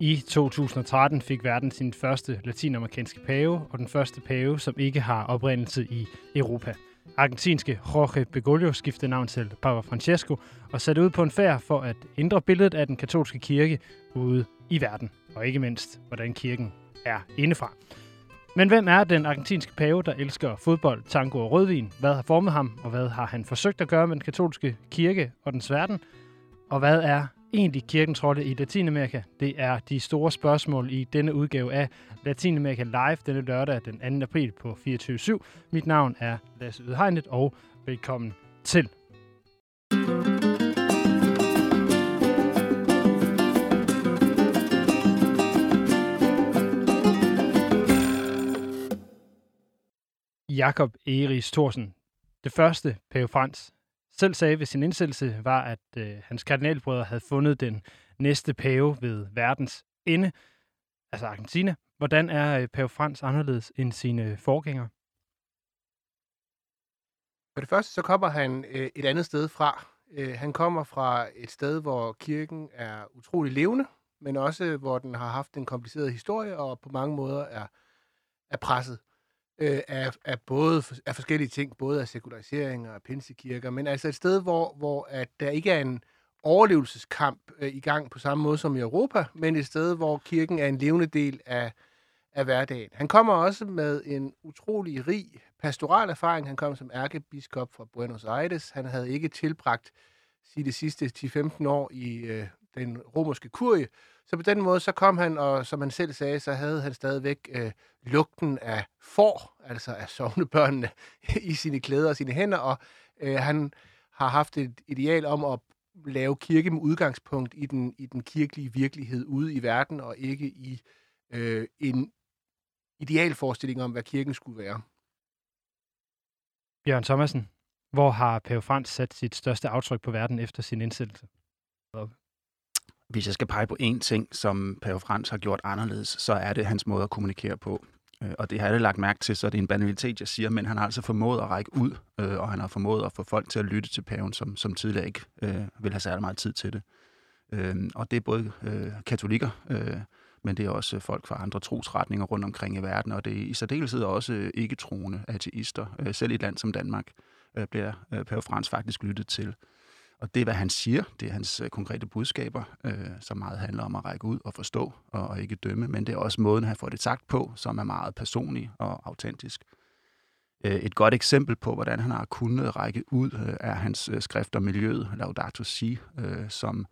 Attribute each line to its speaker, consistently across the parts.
Speaker 1: I 2013 fik verden sin første latinamerikanske pave, og den første pave, som ikke har oprindelse i Europa. Argentinske Jorge Bergoglio skiftede navn til Papa Francesco og satte ud på en færd for at ændre billedet af den katolske kirke ude i verden, og ikke mindst, hvordan kirken er indefra. Men hvem er den argentinske pave, der elsker fodbold, tango og rødvin? Hvad har formet ham, og hvad har han forsøgt at gøre med den katolske kirke og dens verden? Og hvad er egentlig kirkens rolle i Latinamerika? Det er de store spørgsmål i denne udgave af Latinamerika Live denne lørdag den 2. april på 24/7. Mit navn er Lasse Ydhegnet, og velkommen til. Jakob Egeris Thorsen, det første pave Frans, selv sagde ved sin indsættelse, var, at hans kardinalbrødre havde fundet den næste pave ved verdens ende, altså Argentina. Hvordan er pave Frans anderledes end sine forgængere?
Speaker 2: For det første så kommer han et andet sted fra. Han kommer fra et sted, hvor kirken er utrolig levende, men også hvor den har haft en kompliceret historie og på mange måder er presset af forskellige ting, både af sekularisering og af pinsekirker, men altså et sted, hvor at der ikke er en overlevelseskamp i gang på samme måde som i Europa, men et sted, hvor kirken er en levende del af hverdagen. Han kommer også med en utrolig rig pastoral erfaring. Han kom som ærkebiskop fra Buenos Aires. Han havde ikke tilbragt de sidste 10-15 år i den romerske kurie. Så på den måde, så kom han, og som han selv sagde, så havde han stadigvæk lugten af får, altså af sognebørnene, i sine klæder og sine hænder, og han har haft et ideal om at lave kirke med udgangspunkt i den kirkelige virkelighed ude i verden, og ikke i en idealforestilling om, hvad kirken skulle være.
Speaker 1: Bjørn Thomasen, hvor har pave Frans sat sit største aftryk på verden efter sin indsættelse?
Speaker 3: Hvis jeg skal pege på én ting, som pave Frans har gjort anderledes, så er det hans måde at kommunikere på. Og det har jeg lagt mærke til, så det er en banalitet, jeg siger, men han har altså formået at række ud, og han har formået at få folk til at lytte til paven, som tidligere ikke vil have særlig meget tid til det. Og det er både katolikker, men det er også folk fra andre trosretninger rundt omkring i verden, og det er i særdeleshed også ikke-troende ateister. Selv i et land som Danmark bliver pave Frans faktisk lyttet til. Og det er, hvad han siger, det er hans konkrete budskaber, som meget handler om at række ud og forstå og ikke dømme, men det er også måden, han får det sagt på, som er meget personlig og autentisk. Et godt eksempel på, hvordan han har kunnet række ud, er hans skrift om miljøet, Laudato Si, som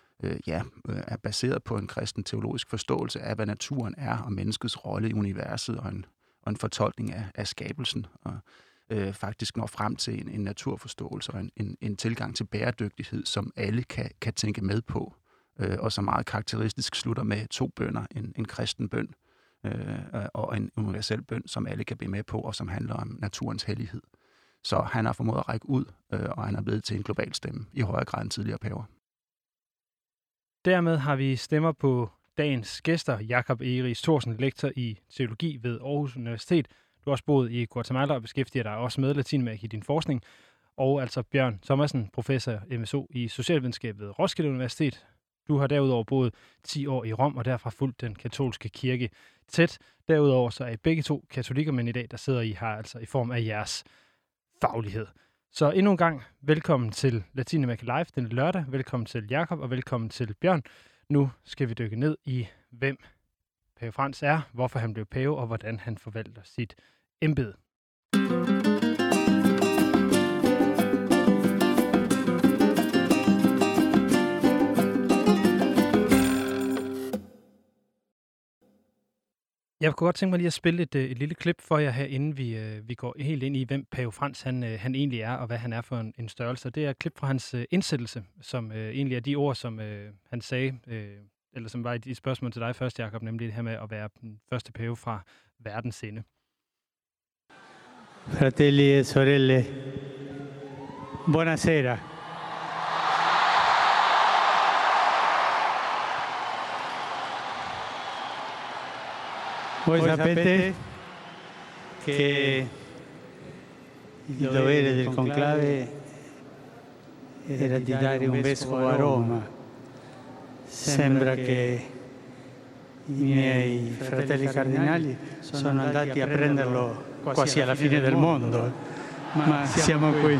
Speaker 3: er baseret på en kristen teologisk forståelse af, hvad naturen er og menneskets rolle i universet og en fortolkning af skabelsen. Og faktisk når frem til en naturforståelse og en tilgang til bæredygtighed, som alle kan tænke med på, og som meget karakteristisk slutter med 2 bønner, en kristen bøn og en universel bøn, som alle kan blive med på, og som handler om naturens hellighed. Så han har formået at række ud, og han er blevet til en global stemme i højere grad end tidligere paver.
Speaker 1: Dermed har vi stemmer på dagens gæster. Jakob Egeris Thorsen, lektor i teologi ved Aarhus Universitet. Du har også boet i Guatemala og beskæftiger dig også med Latinamerika i din forskning. Og altså Bjørn Thomasen, professor MSO i socialvidenskab ved Roskilde Universitet. Du har derudover boet 10 år i Rom og derfra fulgt den katolske kirke tæt. Derudover så er I begge to katolikker, men i dag der sidder I her altså i form af jeres faglighed. Så endnu en gang velkommen til Latinamerika Live den lørdag. Velkommen til Jakob og velkommen til Bjørn. Nu skal vi dykke ned i, hvem pave Frans er, hvorfor han blev pave og hvordan han forvalter sit embede. Jeg kunne godt tænke mig lige at spille et lille klip for jer her, inden vi går helt ind i, hvem pave Frans han egentlig er, og hvad han er for en størrelse. Det er et klip fra hans indsættelse, som egentlig er de ord, som han sagde, eller som var i et spørgsmål til dig først, Jakob, nemlig det her med at være den første pave fra verdens ende.
Speaker 4: Fratelli e sorelle, buonasera. Voi sapete che il dovere del conclave era di dare un vescovo a Roma. Sembra che I miei fratelli cardinali sono andati a prenderlo quasi alla fine del mondo, ma siamo qui.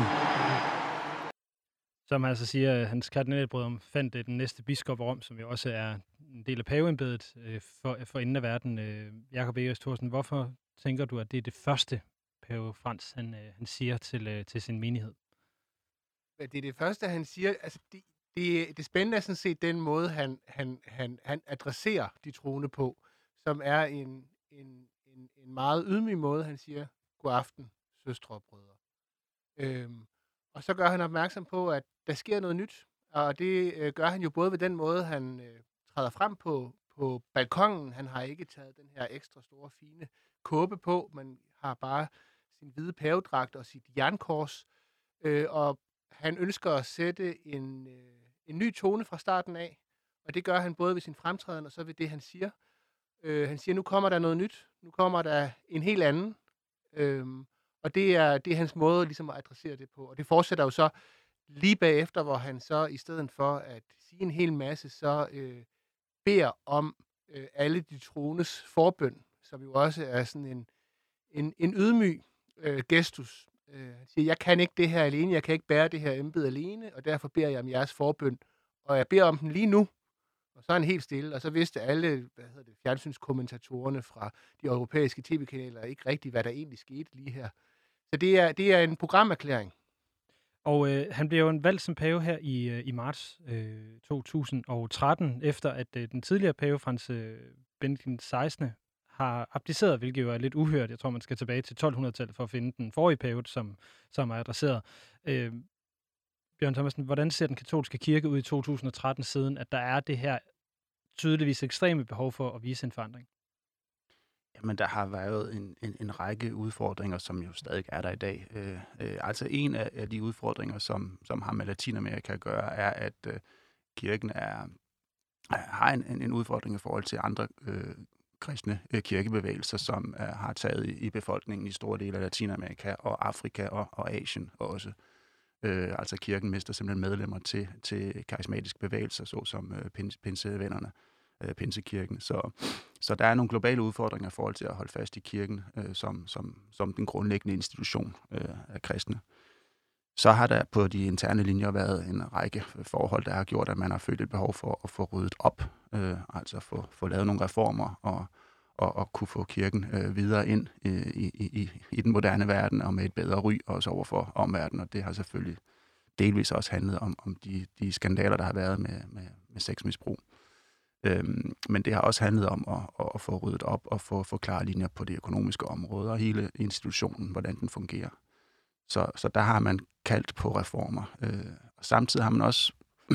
Speaker 1: Som altså siger, at hans kardinalbrødre fandt den næste biskop af Rom, som jo også er en del af paveembedet for enden af verden. Jakob Egers Thorsen, hvorfor tænker du, at det er det første, pave Frans han siger til sin menighed?
Speaker 2: Det er det første, han siger. Altså, det spændende er sådan set den måde, han adresserer de troende på, som er en meget ydmyg måde. Han siger, god aften, søstre og brødre. Og så gør han opmærksom på, at der sker noget nyt, og det gør han jo både ved den måde, han træder frem på balkongen. Han har ikke taget den her ekstra store, fine kåbe på, men har bare sin hvide pavedragt og sit jernkors, og han ønsker at sætte en ny tone fra starten af, og det gør han både ved sin fremtræden og så ved det, han siger. Han siger, nu kommer der noget nyt, nu kommer der en helt anden, og det er hans måde ligesom at adressere det på. Og det fortsætter jo så lige bagefter, hvor han så i stedet for at sige en hel masse, så beder om alle de troendes forbøn, som jo også er sådan en ydmyg gestus. Han siger, jeg kan ikke det her alene, jeg kan ikke bære det her embede alene, og derfor beder jeg om jeres forbøn. Og jeg beder om den lige nu. Og så er han helt stille, og så vidste alle fjernsynskommentatorerne fra de europæiske tv-kanaler ikke rigtigt, hvad der egentlig skete lige her. Så det er en programerklæring.
Speaker 1: Og han bliver jo valgt som pave her i marts 2013, efter at den tidligere pave, Frans Benedikt 16. har abdiceret, hvilket jo er lidt uhørt. Jeg tror, man skal tilbage til 1200-tallet for at finde den forrige pave, som er adresseret. Bjørn Thomasen, hvordan ser den katolske kirke ud i 2013, siden at der er det her tydeligvis ekstreme behov for at vise en forandring?
Speaker 3: Jamen, der har været en række udfordringer, som jo stadig er der i dag. Altså en af de udfordringer, som har med Latinamerika at gøre, er, at kirken har en udfordring i forhold til andre kristne kirkebevægelser, som har taget i befolkningen i store dele af Latinamerika og Afrika og Asien også. Altså kirken mister simpelthen medlemmer til karismatiske bevægelser, såsom pinsevennerne, pinsekirken. Så der er nogle globale udfordringer i forhold til at holde fast i kirken som den grundlæggende institution af kristne. Så har der på de interne linjer været en række forhold, der har gjort, at man har følt et behov for at få ryddet op, altså få lavet nogle reformer og kunne få kirken videre ind i den moderne verden og med et bedre ry også over for omverdenen. Og det har selvfølgelig delvis også handlet om de skandaler, der har været med sexmisbrug. Men det har også handlet om at få ryddet op og få klare linjer på det økonomiske område og hele institutionen, hvordan den fungerer. Så der har man kaldt på reformer. Og samtidig har man også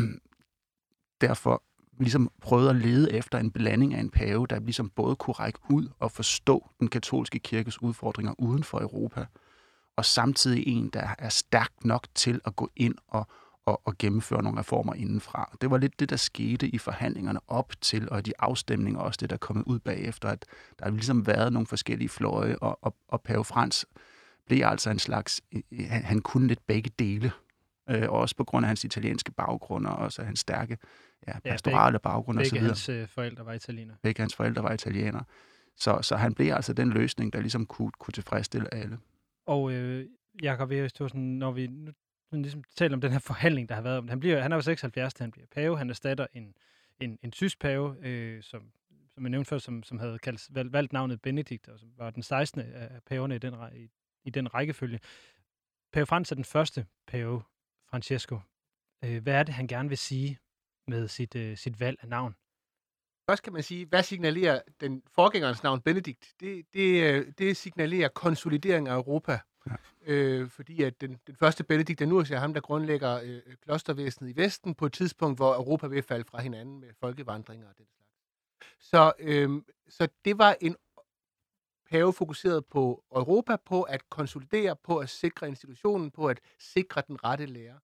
Speaker 3: derfor ligesom prøvet at lede efter en blanding af en pave, der ligesom både kunne række ud og forstå den katolske kirkes udfordringer uden for Europa, og samtidig en, der er stærk nok til at gå ind og gennemføre nogle reformer indenfra. Det var lidt det, der skete i forhandlingerne op til, og de afstemninger også, det der er kommet ud bagefter, at der har ligesom været nogle forskellige fløje, og pave Frans blev altså en slags, han kunne lidt begge dele, også på grund af hans italienske baggrund, og også hans stærke pastorale baggrund og så videre.
Speaker 1: Begge hans forældre var italienere.
Speaker 3: Begge hans forældre var italienere. Så han blev altså den løsning, der ligesom kunne tilfredsstille alle.
Speaker 1: Og Jakob Egers Thorsen, når vi nu ligesom taler om den her forhandling, der har været om det. Han er jo 76, da han bliver pave. Han erstatter en tysk pave, som jeg nævnte før, som havde valgt navnet Benedikt, og som var den 16. af paverne i den rækkefølge. Pave Frans er den første pave, Francesco. Hvad er det, han gerne vil sige med sit valg af navn?
Speaker 2: Først kan man sige, hvad signalerer den forgængerens navn Benedikt? Det signalerer konsolidering af Europa. Ja. Fordi at den første Benedikt, der nu er ham, der grundlægger klostervæsenet i Vesten, på et tidspunkt, hvor Europa vil falde fra hinanden med folkevandringer og den slags. Så det var en pave fokuseret på Europa, på at konsolidere, på at sikre institutionen, på at sikre den rette lære.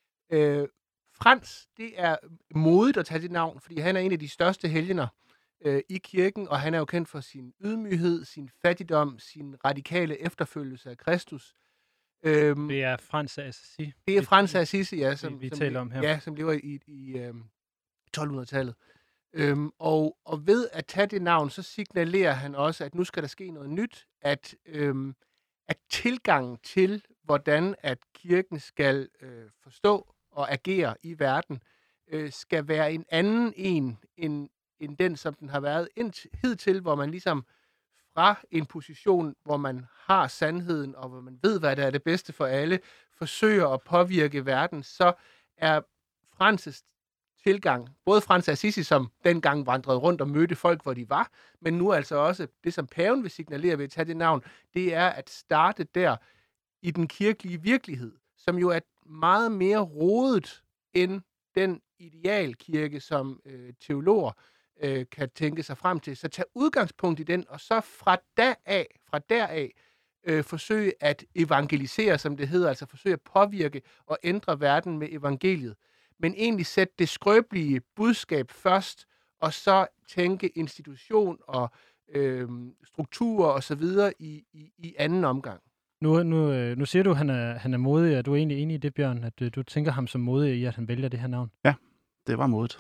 Speaker 2: Frans, det er modigt at tage det navn, fordi han er en af de største helgener i kirken, og han er jo kendt for sin ydmyghed, sin fattigdom, sin radikale efterfølgelse af Kristus.
Speaker 1: Det er Frans af Assisi.
Speaker 2: Det er Frans af Assisi, ja,
Speaker 1: som vi taler om her.
Speaker 2: Ja, som lever i 1200-tallet. Og ved at tage det navn, så signalerer han også, at nu skal der ske noget nyt, at tilgangen til, hvordan at kirken skal forstå og agere i verden, skal være en anden end den, som den har været hidtil, hvor man ligesom fra en position, hvor man har sandheden, og hvor man ved, hvad der er det bedste for alle, forsøger at påvirke verden, så er Frans' tilgang, både Frans af Assisi, som dengang vandrede rundt og mødte folk, hvor de var, men nu altså også det, som paven vil signalere ved at tage det navn, det er at starte der i den kirkelige virkelighed, som jo er meget mere rodet end den idealkirke, som teologer kan tænke sig frem til. Så tag udgangspunkt i den, og så fra deraf forsøge at evangelisere, som det hedder, altså forsøge at påvirke og ændre verden med evangeliet. Men egentlig sætte det skrøbelige budskab først, og så tænke institution og strukturer og så videre i anden omgang.
Speaker 1: Nu siger du, at han er modig. Er du egentlig enig i det, Bjørn, at du tænker ham som modig i, at han vælger det her navn?
Speaker 3: Ja, det var modigt.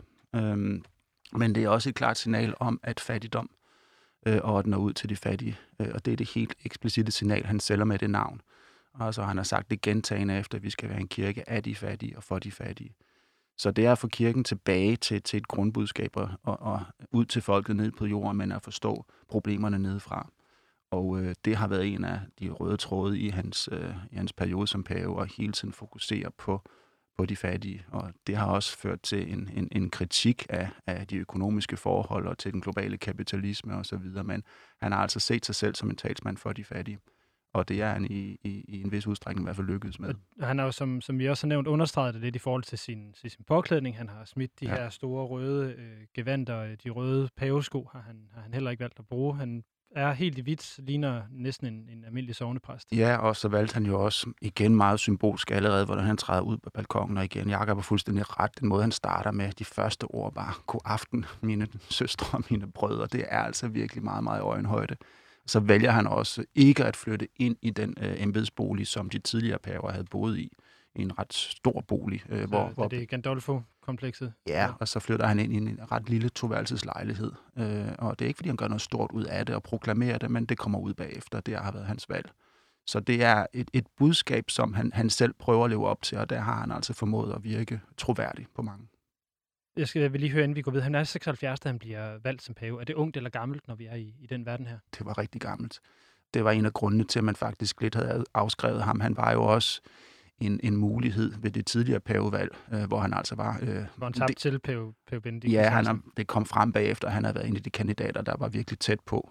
Speaker 3: Men det er også et klart signal om, at fattigdom ordner ud til de fattige. Og det er det helt eksplicite signal, han sælger med det navn. Og så han har sagt det gentagende efter, at vi skal være en kirke af de fattige og for de fattige. Så det er at få kirken tilbage til et grundbudskab og ud til folket ned på jorden, men at forstå problemerne nedefra. Og det har været en af de røde tråde i hans periode som pave, og hele tiden fokusere på de fattige. Og det har også ført til en kritik af de økonomiske forhold og til den globale kapitalisme osv. Men han har altså set sig selv som en talsmand for de fattige. Og det er han i en vis udstrækning i hvert fald lykkedes med.
Speaker 1: Han har jo, som vi også har nævnt, understreget det lidt i forhold til sin påklædning. Han har smidt de her store røde gevanter, de røde pavesko har han heller ikke valgt at bruge. Han er helt i hvidt, ligner næsten en almindelig sognepræst. Ja,
Speaker 3: og så valgte han jo også igen meget symbolsk allerede, hvordan han træder ud på balkonen. Og igen, Jakob er fuldstændig ret. Den måde, han starter med de første ord bare, god aften, mine søstre og mine brødre. Det er altså virkelig meget, meget øjenhøjde. Så vælger han også ikke at flytte ind i den embedsbolig, som de tidligere paver havde boet i. En ret stor bolig.
Speaker 1: Hvor det er Gandolfo-komplekset?
Speaker 3: Ja, og så flytter han ind i en ret lille toværelseslejlighed. Og det er ikke, fordi han gør noget stort ud af det og proklamerer det, men det kommer ud bagefter. Det har været hans valg. Så det er et budskab, som han selv prøver at leve op til, og der har han altså formået at virke troværdig på mange.
Speaker 1: Jeg vil lige høre, inden vi går videre. Han er 76, da han bliver valgt som pave. Er det ungt eller gammelt, når vi er i den verden her?
Speaker 3: Det var rigtig gammelt. Det var en af grundene til, at man faktisk lidt havde afskrevet ham. Han var jo også en mulighed ved det tidligere pavevalg, hvor han altså var...
Speaker 1: hvor han tabte til pave Benedikt.
Speaker 3: Ja, det kom frem bagefter, han havde været en af de kandidater, der var virkelig tæt på.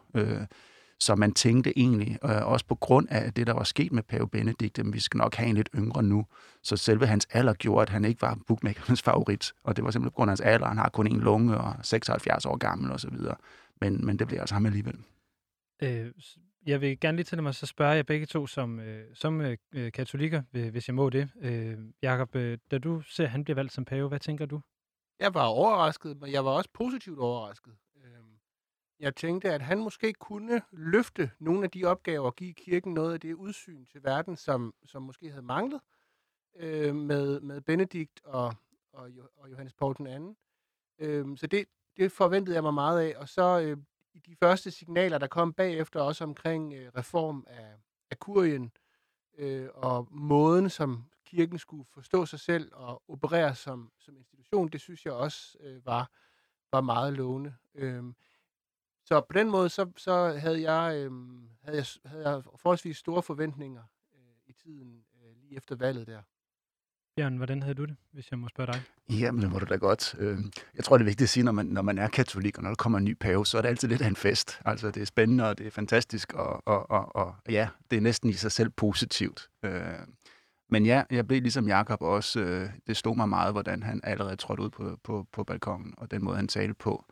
Speaker 3: Så man tænkte egentlig, også på grund af det, der var sket med pave Benedikt, at vi skal nok have en lidt yngre nu. Så selve hans alder gjorde, at han ikke var bookmakernes favorit. Og det var simpelthen på grund af hans alder. Han har kun en lunge og 76 år gammel og så videre. Men det blev altså ham alligevel.
Speaker 1: Jeg vil gerne lige til mig, så spørger jeg begge to som katolikker, hvis jeg må det. Jakob, da du ser, at han bliver valgt som pave, hvad tænker du?
Speaker 2: Jeg var overrasket, men jeg var også positivt overrasket. Jeg tænkte, at han måske kunne løfte nogle af de opgaver og give kirken noget af det udsyn til verden, som måske havde manglet med Benedikt og Johannes Paul II. Så det forventede jeg mig meget af. Og så i de første signaler, der kom bagefter, også omkring reform af kurien og måden, som kirken skulle forstå sig selv og operere som institution, det synes jeg også var meget lovende. Så på den måde, så havde jeg forholdsvis store forventninger i tiden lige efter valget der.
Speaker 1: Bjørn, hvordan havde du det, hvis jeg må spørge dig?
Speaker 3: Jamen, det må du da godt. Jeg tror, det er vigtigt at sige, når man er katolik, og når der kommer en ny pave, så er det altid lidt af en fest. Altså, det er spændende, og det er fantastisk, og ja, det er næsten i sig selv positivt. Men ja, jeg blev ligesom Jakob også, det stod mig meget, hvordan han allerede trådte ud på balkongen, og den måde, han talte på.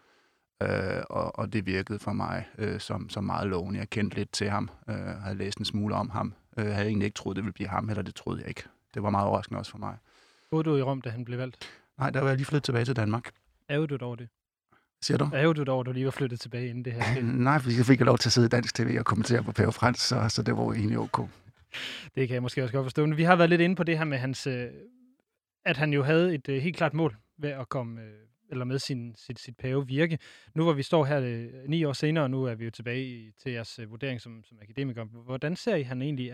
Speaker 3: Og det virkede for mig som meget lovende. Jeg kendte lidt til ham, havde læst en smule om ham. Jeg havde egentlig ikke troet, det ville blive ham, eller det troede jeg ikke. Det var meget overraskende også for mig.
Speaker 1: Boede du i Rom, da han blev valgt?
Speaker 3: Nej, der var jeg lige flyttet tilbage til Danmark.
Speaker 1: Ærger du over det?
Speaker 3: Siger du?
Speaker 1: Ærger du over, du lige var flyttet tilbage inden det her?
Speaker 3: Nej, fordi jeg fik lov til at sidde i dansk tv og kommentere på Pave Frans, så det var jo egentlig ok.
Speaker 1: Det kan jeg måske også godt forstå. Men vi har været lidt inde på det her med hans, at han jo havde et helt klart mål ved at komme eller med sit pavevirke. Nu hvor vi står her 9 år senere, og nu er vi jo tilbage til jeres vurdering som akademiker. Hvordan ser I, han egentlig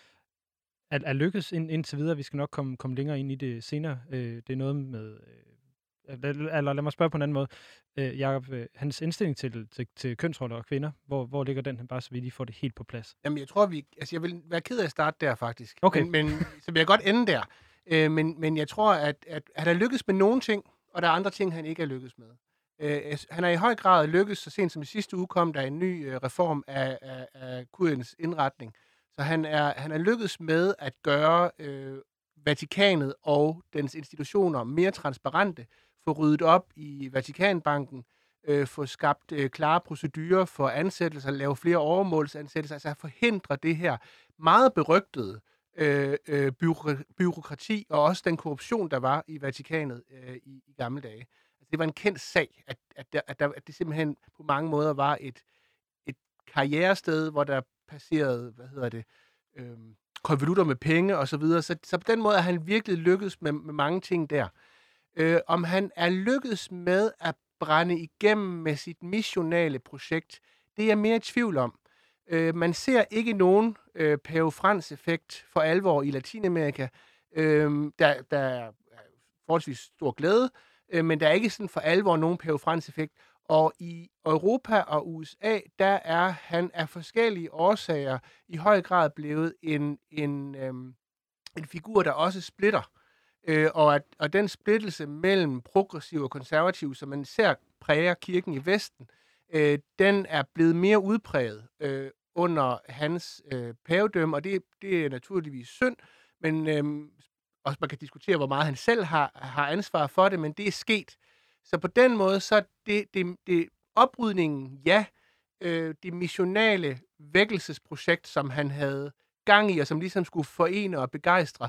Speaker 1: er lykkes indtil videre? Vi skal nok komme længere ind i det senere. Det er noget med... Eller lad mig spørge på en anden måde. Jacob, hans indstilling til kønsroller og kvinder, hvor ligger den, bare så vi lige får det helt på plads?
Speaker 2: Jamen, jeg tror, jeg vil være ked af at starte der, faktisk.
Speaker 1: Okay.
Speaker 2: Men så vil jeg godt ende der. Men jeg tror, at han er lykkes med nogle ting, og der er andre ting, han ikke er lykkes med. Han er i høj grad lykkes, så sent som i sidste uge kom der en ny reform af kuriens indretning. Så han er lykkes med at gøre Vatikanet og dens institutioner mere transparente, få ryddet op i Vatikanbanken, få skabt klare procedurer for ansættelser, lave flere overmålsansættelser, altså at forhindre det her meget berygtede byråkrati, og også den korruption, der var i Vatikanet i gamle dage. Altså, det var en kendt sag, at det simpelthen på mange måder var et karrierested, hvor der passerede, konvolutter med penge og så videre. Så på den måde er han virkelig lykkedes med mange ting der. Om han er lykkedes med at brænde igennem med sit missionale projekt, det er jeg mere i tvivl om. Man ser ikke nogen Pave Frans-effekt for alvor i Latinamerika. Der er forholdsvis stor glæde, men der er ikke sådan for alvor nogen Pave Frans-effekt. Og i Europa og USA, der er han af forskellige årsager i høj grad blevet en figur, der også splitter. Og den splittelse mellem progressiv og konservativ, som man ser præger kirken i Vesten, den er blevet mere udpræget under hans pavedømme, og det er naturligvis synd, men også man kan diskutere, hvor meget han selv har ansvar for det, men det er sket. Så på den måde, så det oprydningen, ja, det missionale vækkelsesprojekt, som han havde gang i, og som ligesom skulle forene og begejstre,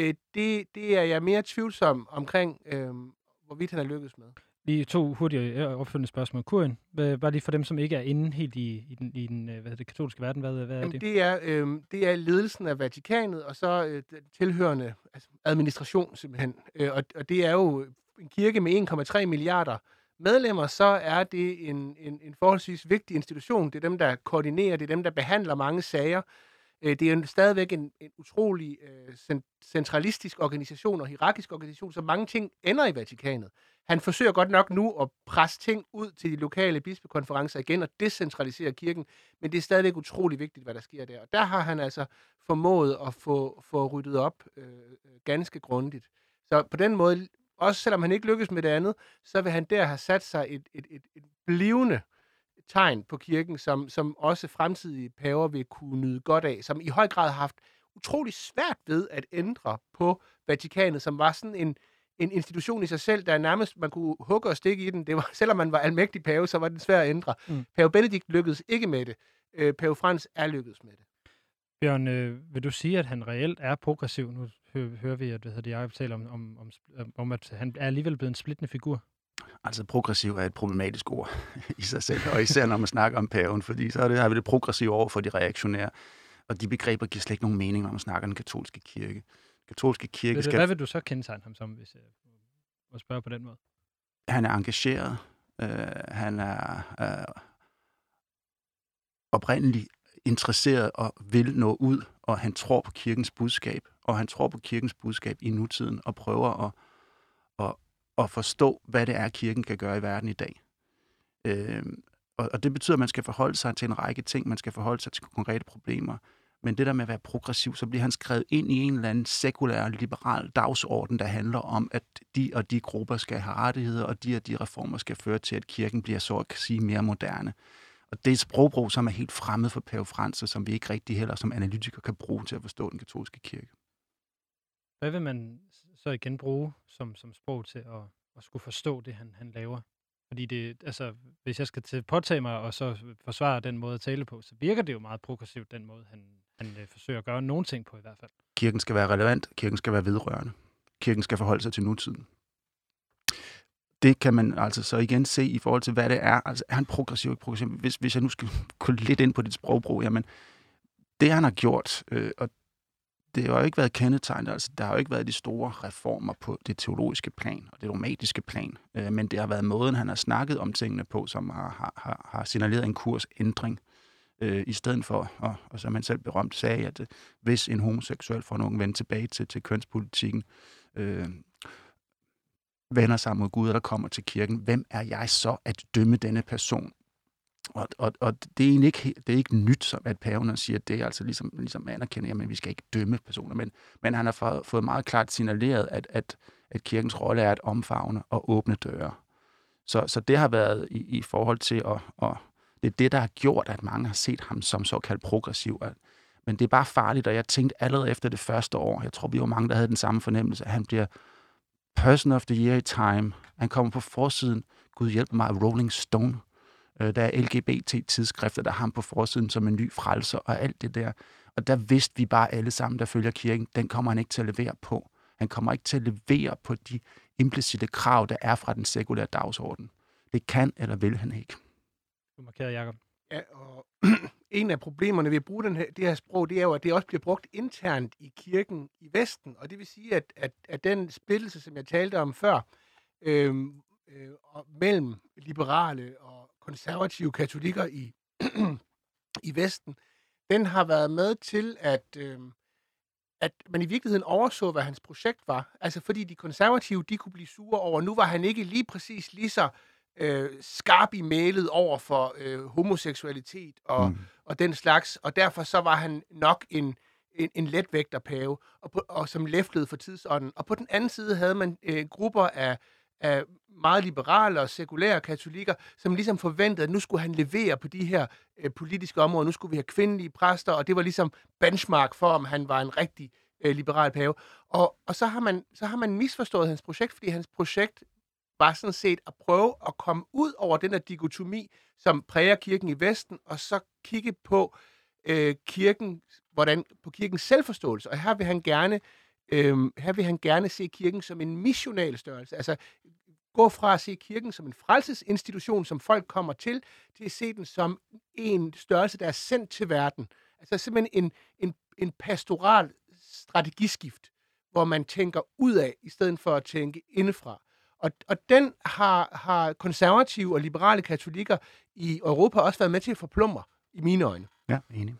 Speaker 2: det er jeg mere tvivlsom omkring, hvorvidt han er lykkedes med.
Speaker 1: Lige 2 hurtige opfølgende spørgsmål. Kurien, bare lige for dem, som ikke er inde helt i den katolske verden, hvad er det?
Speaker 2: Det er ledelsen af Vatikanet, og så tilhørende administration simpelthen. Og det er jo en kirke med 1,3 milliarder medlemmer, så er det en forholdsvis vigtig institution. Det er dem, der koordinerer, det er dem, der behandler mange sager. Det er jo stadigvæk en utrolig centralistisk organisation og hierarkisk organisation, så mange ting ender i Vatikanet. Han forsøger godt nok nu at presse ting ud til de lokale bispekonferencer igen og decentralisere kirken, men det er stadigvæk utrolig vigtigt, hvad der sker der. Og der har han altså formået at få ryddet op ganske grundigt. Så på den måde, også selvom han ikke lykkes med det andet, så vil han der have sat sig et blivende tegn på kirken, som også fremtidige paver vil kunne nyde godt af, som i høj grad har haft utrolig svært ved at ændre på Vatikanet, som var sådan en institution i sig selv, der nærmest, man kunne hugge og stikke i den. Det var, selvom man var almægtig pave, så var det svært at ændre. Pave Benedikt lykkedes ikke med det. Pave Frans er lykkedes med det.
Speaker 1: Bjørn, vil du sige, at han reelt er progressiv? Nu hører vi, at Jacob taler om, at han er alligevel blevet en splittende figur.
Speaker 3: Altså progressiv er et problematisk ord i sig selv, og især når man snakker om paven, fordi så har vi det progressive over for de reaktionære, og de begreber giver slet ikke nogen mening, når man snakker den katolske kirke. Katolske kirke
Speaker 1: Hvad vil du så kendetegne ham som, hvis jeg må spørge på den måde?
Speaker 3: Han er engageret, han er oprindeligt interesseret og vil nå ud, og han tror på kirkens budskab, og han tror på kirkens budskab i nutiden, og prøver at forstå, hvad det er, kirken kan gøre i verden i dag. Og det betyder, at man skal forholde sig til en række ting, man skal forholde sig til konkrete problemer, men det der med at være progressiv, så bliver han skrevet ind i en eller anden sekulær, liberal dagsorden, der handler om, at de og de grupper skal have rettigheder, og de reformer skal føre til, at kirken bliver så at sige mere moderne. Og det er et sprogbrug, som er helt fremmed for Pave Frans, og som vi ikke rigtig heller som analytikere kan bruge til at forstå den katolske kirke.
Speaker 1: Hvad vil man så igen bruge som sprog til at skulle forstå det, han laver? Fordi det, altså, hvis jeg skal påtage mig og så forsvare den måde at tale på, så virker det jo meget progressivt, den måde, han forsøger at gøre nogle ting på i hvert fald. Kirken
Speaker 3: skal være relevant, kirken skal være vedrørende. Kirken skal forholde sig til nutiden. Det kan man altså så igen se i forhold til, hvad det er. Altså, er han progressiv ikke progressiv? Hvis jeg nu skal gå lidt ind på dit sprogbrug, jamen, det han har gjort, og det har jo ikke været kendetegnet, altså der har jo ikke været de store reformer på det teologiske plan og det dogmatiske plan, men det har været måden, han har snakket om tingene på, som har signaleret en kursændring, i stedet for, og som han selv berømt sagde, at hvis en homoseksuel får nogen vendt tilbage til kønspolitikken, vender sig mod Gud, og der kommer til kirken, hvem er jeg så at dømme denne person? Og det er egentlig ikke, det er ikke nyt, som at paven siger, at det er altså ligesom anerkender, at vi skal ikke dømme personer, men han har fået meget klart signaleret, at kirkens rolle er at omfavne og åbne døre. Så det har været i forhold til, og det er det, der har gjort, at mange har set ham som såkaldt progressiv. Men det er bare farligt, og jeg tænkte allerede efter det første år, jeg tror, vi var mange, der havde den samme fornemmelse, at han bliver Person of the Year i Time. Han kommer på forsiden, Gud hjælper mig, af Rolling Stone. Der er LGBT-tidsskrifter, der har ham på forsiden som en ny frelser og alt det der. Og der vidste vi bare alle sammen, der følger kirken, den kommer han ikke til at levere på. Han kommer ikke til at levere på de implicite krav, der er fra den sekulære dagsorden. Det kan eller vil han ikke.
Speaker 1: Du markerer, Jacob.
Speaker 2: Ja, og en af problemerne ved at bruge det her sprog, det er jo, at det også bliver brugt internt i kirken i Vesten. Og det vil sige, at den splittelse, som jeg talte om før, mellem liberale og konservative katolikker i Vesten, den har været med til, at man i virkeligheden overså, hvad hans projekt var. Altså fordi de konservative, de kunne blive sure over, nu var han ikke lige præcis lige så skarp i mailet over for homoseksualitet og den slags, og derfor så var han nok en letvægterpave, og som læflede for tidsånden. Og på den anden side havde man grupper af meget liberale og sekulære katolikker, som ligesom forventede, at nu skulle han levere på de her politiske områder, nu skulle vi have kvindelige præster, og det var ligesom benchmark for, om han var en rigtig liberal pave. Og så har man misforstået hans projekt, fordi hans projekt var sådan set at prøve at komme ud over den her dikotomi, som præger kirken i Vesten, og så kigge på kirkens selvforståelse. Og her vil han gerne se kirken som en missional størrelse. Altså gå fra at se kirken som en frelsesinstitution, som folk kommer til at se den som en størrelse, der er sendt til verden. Altså simpelthen en pastoral strategiskift, hvor man tænker udad, i stedet for at tænke indefra. Og den har konservative og liberale katolikker i Europa også været med til at forplumre, i mine øjne.
Speaker 3: Ja, enig.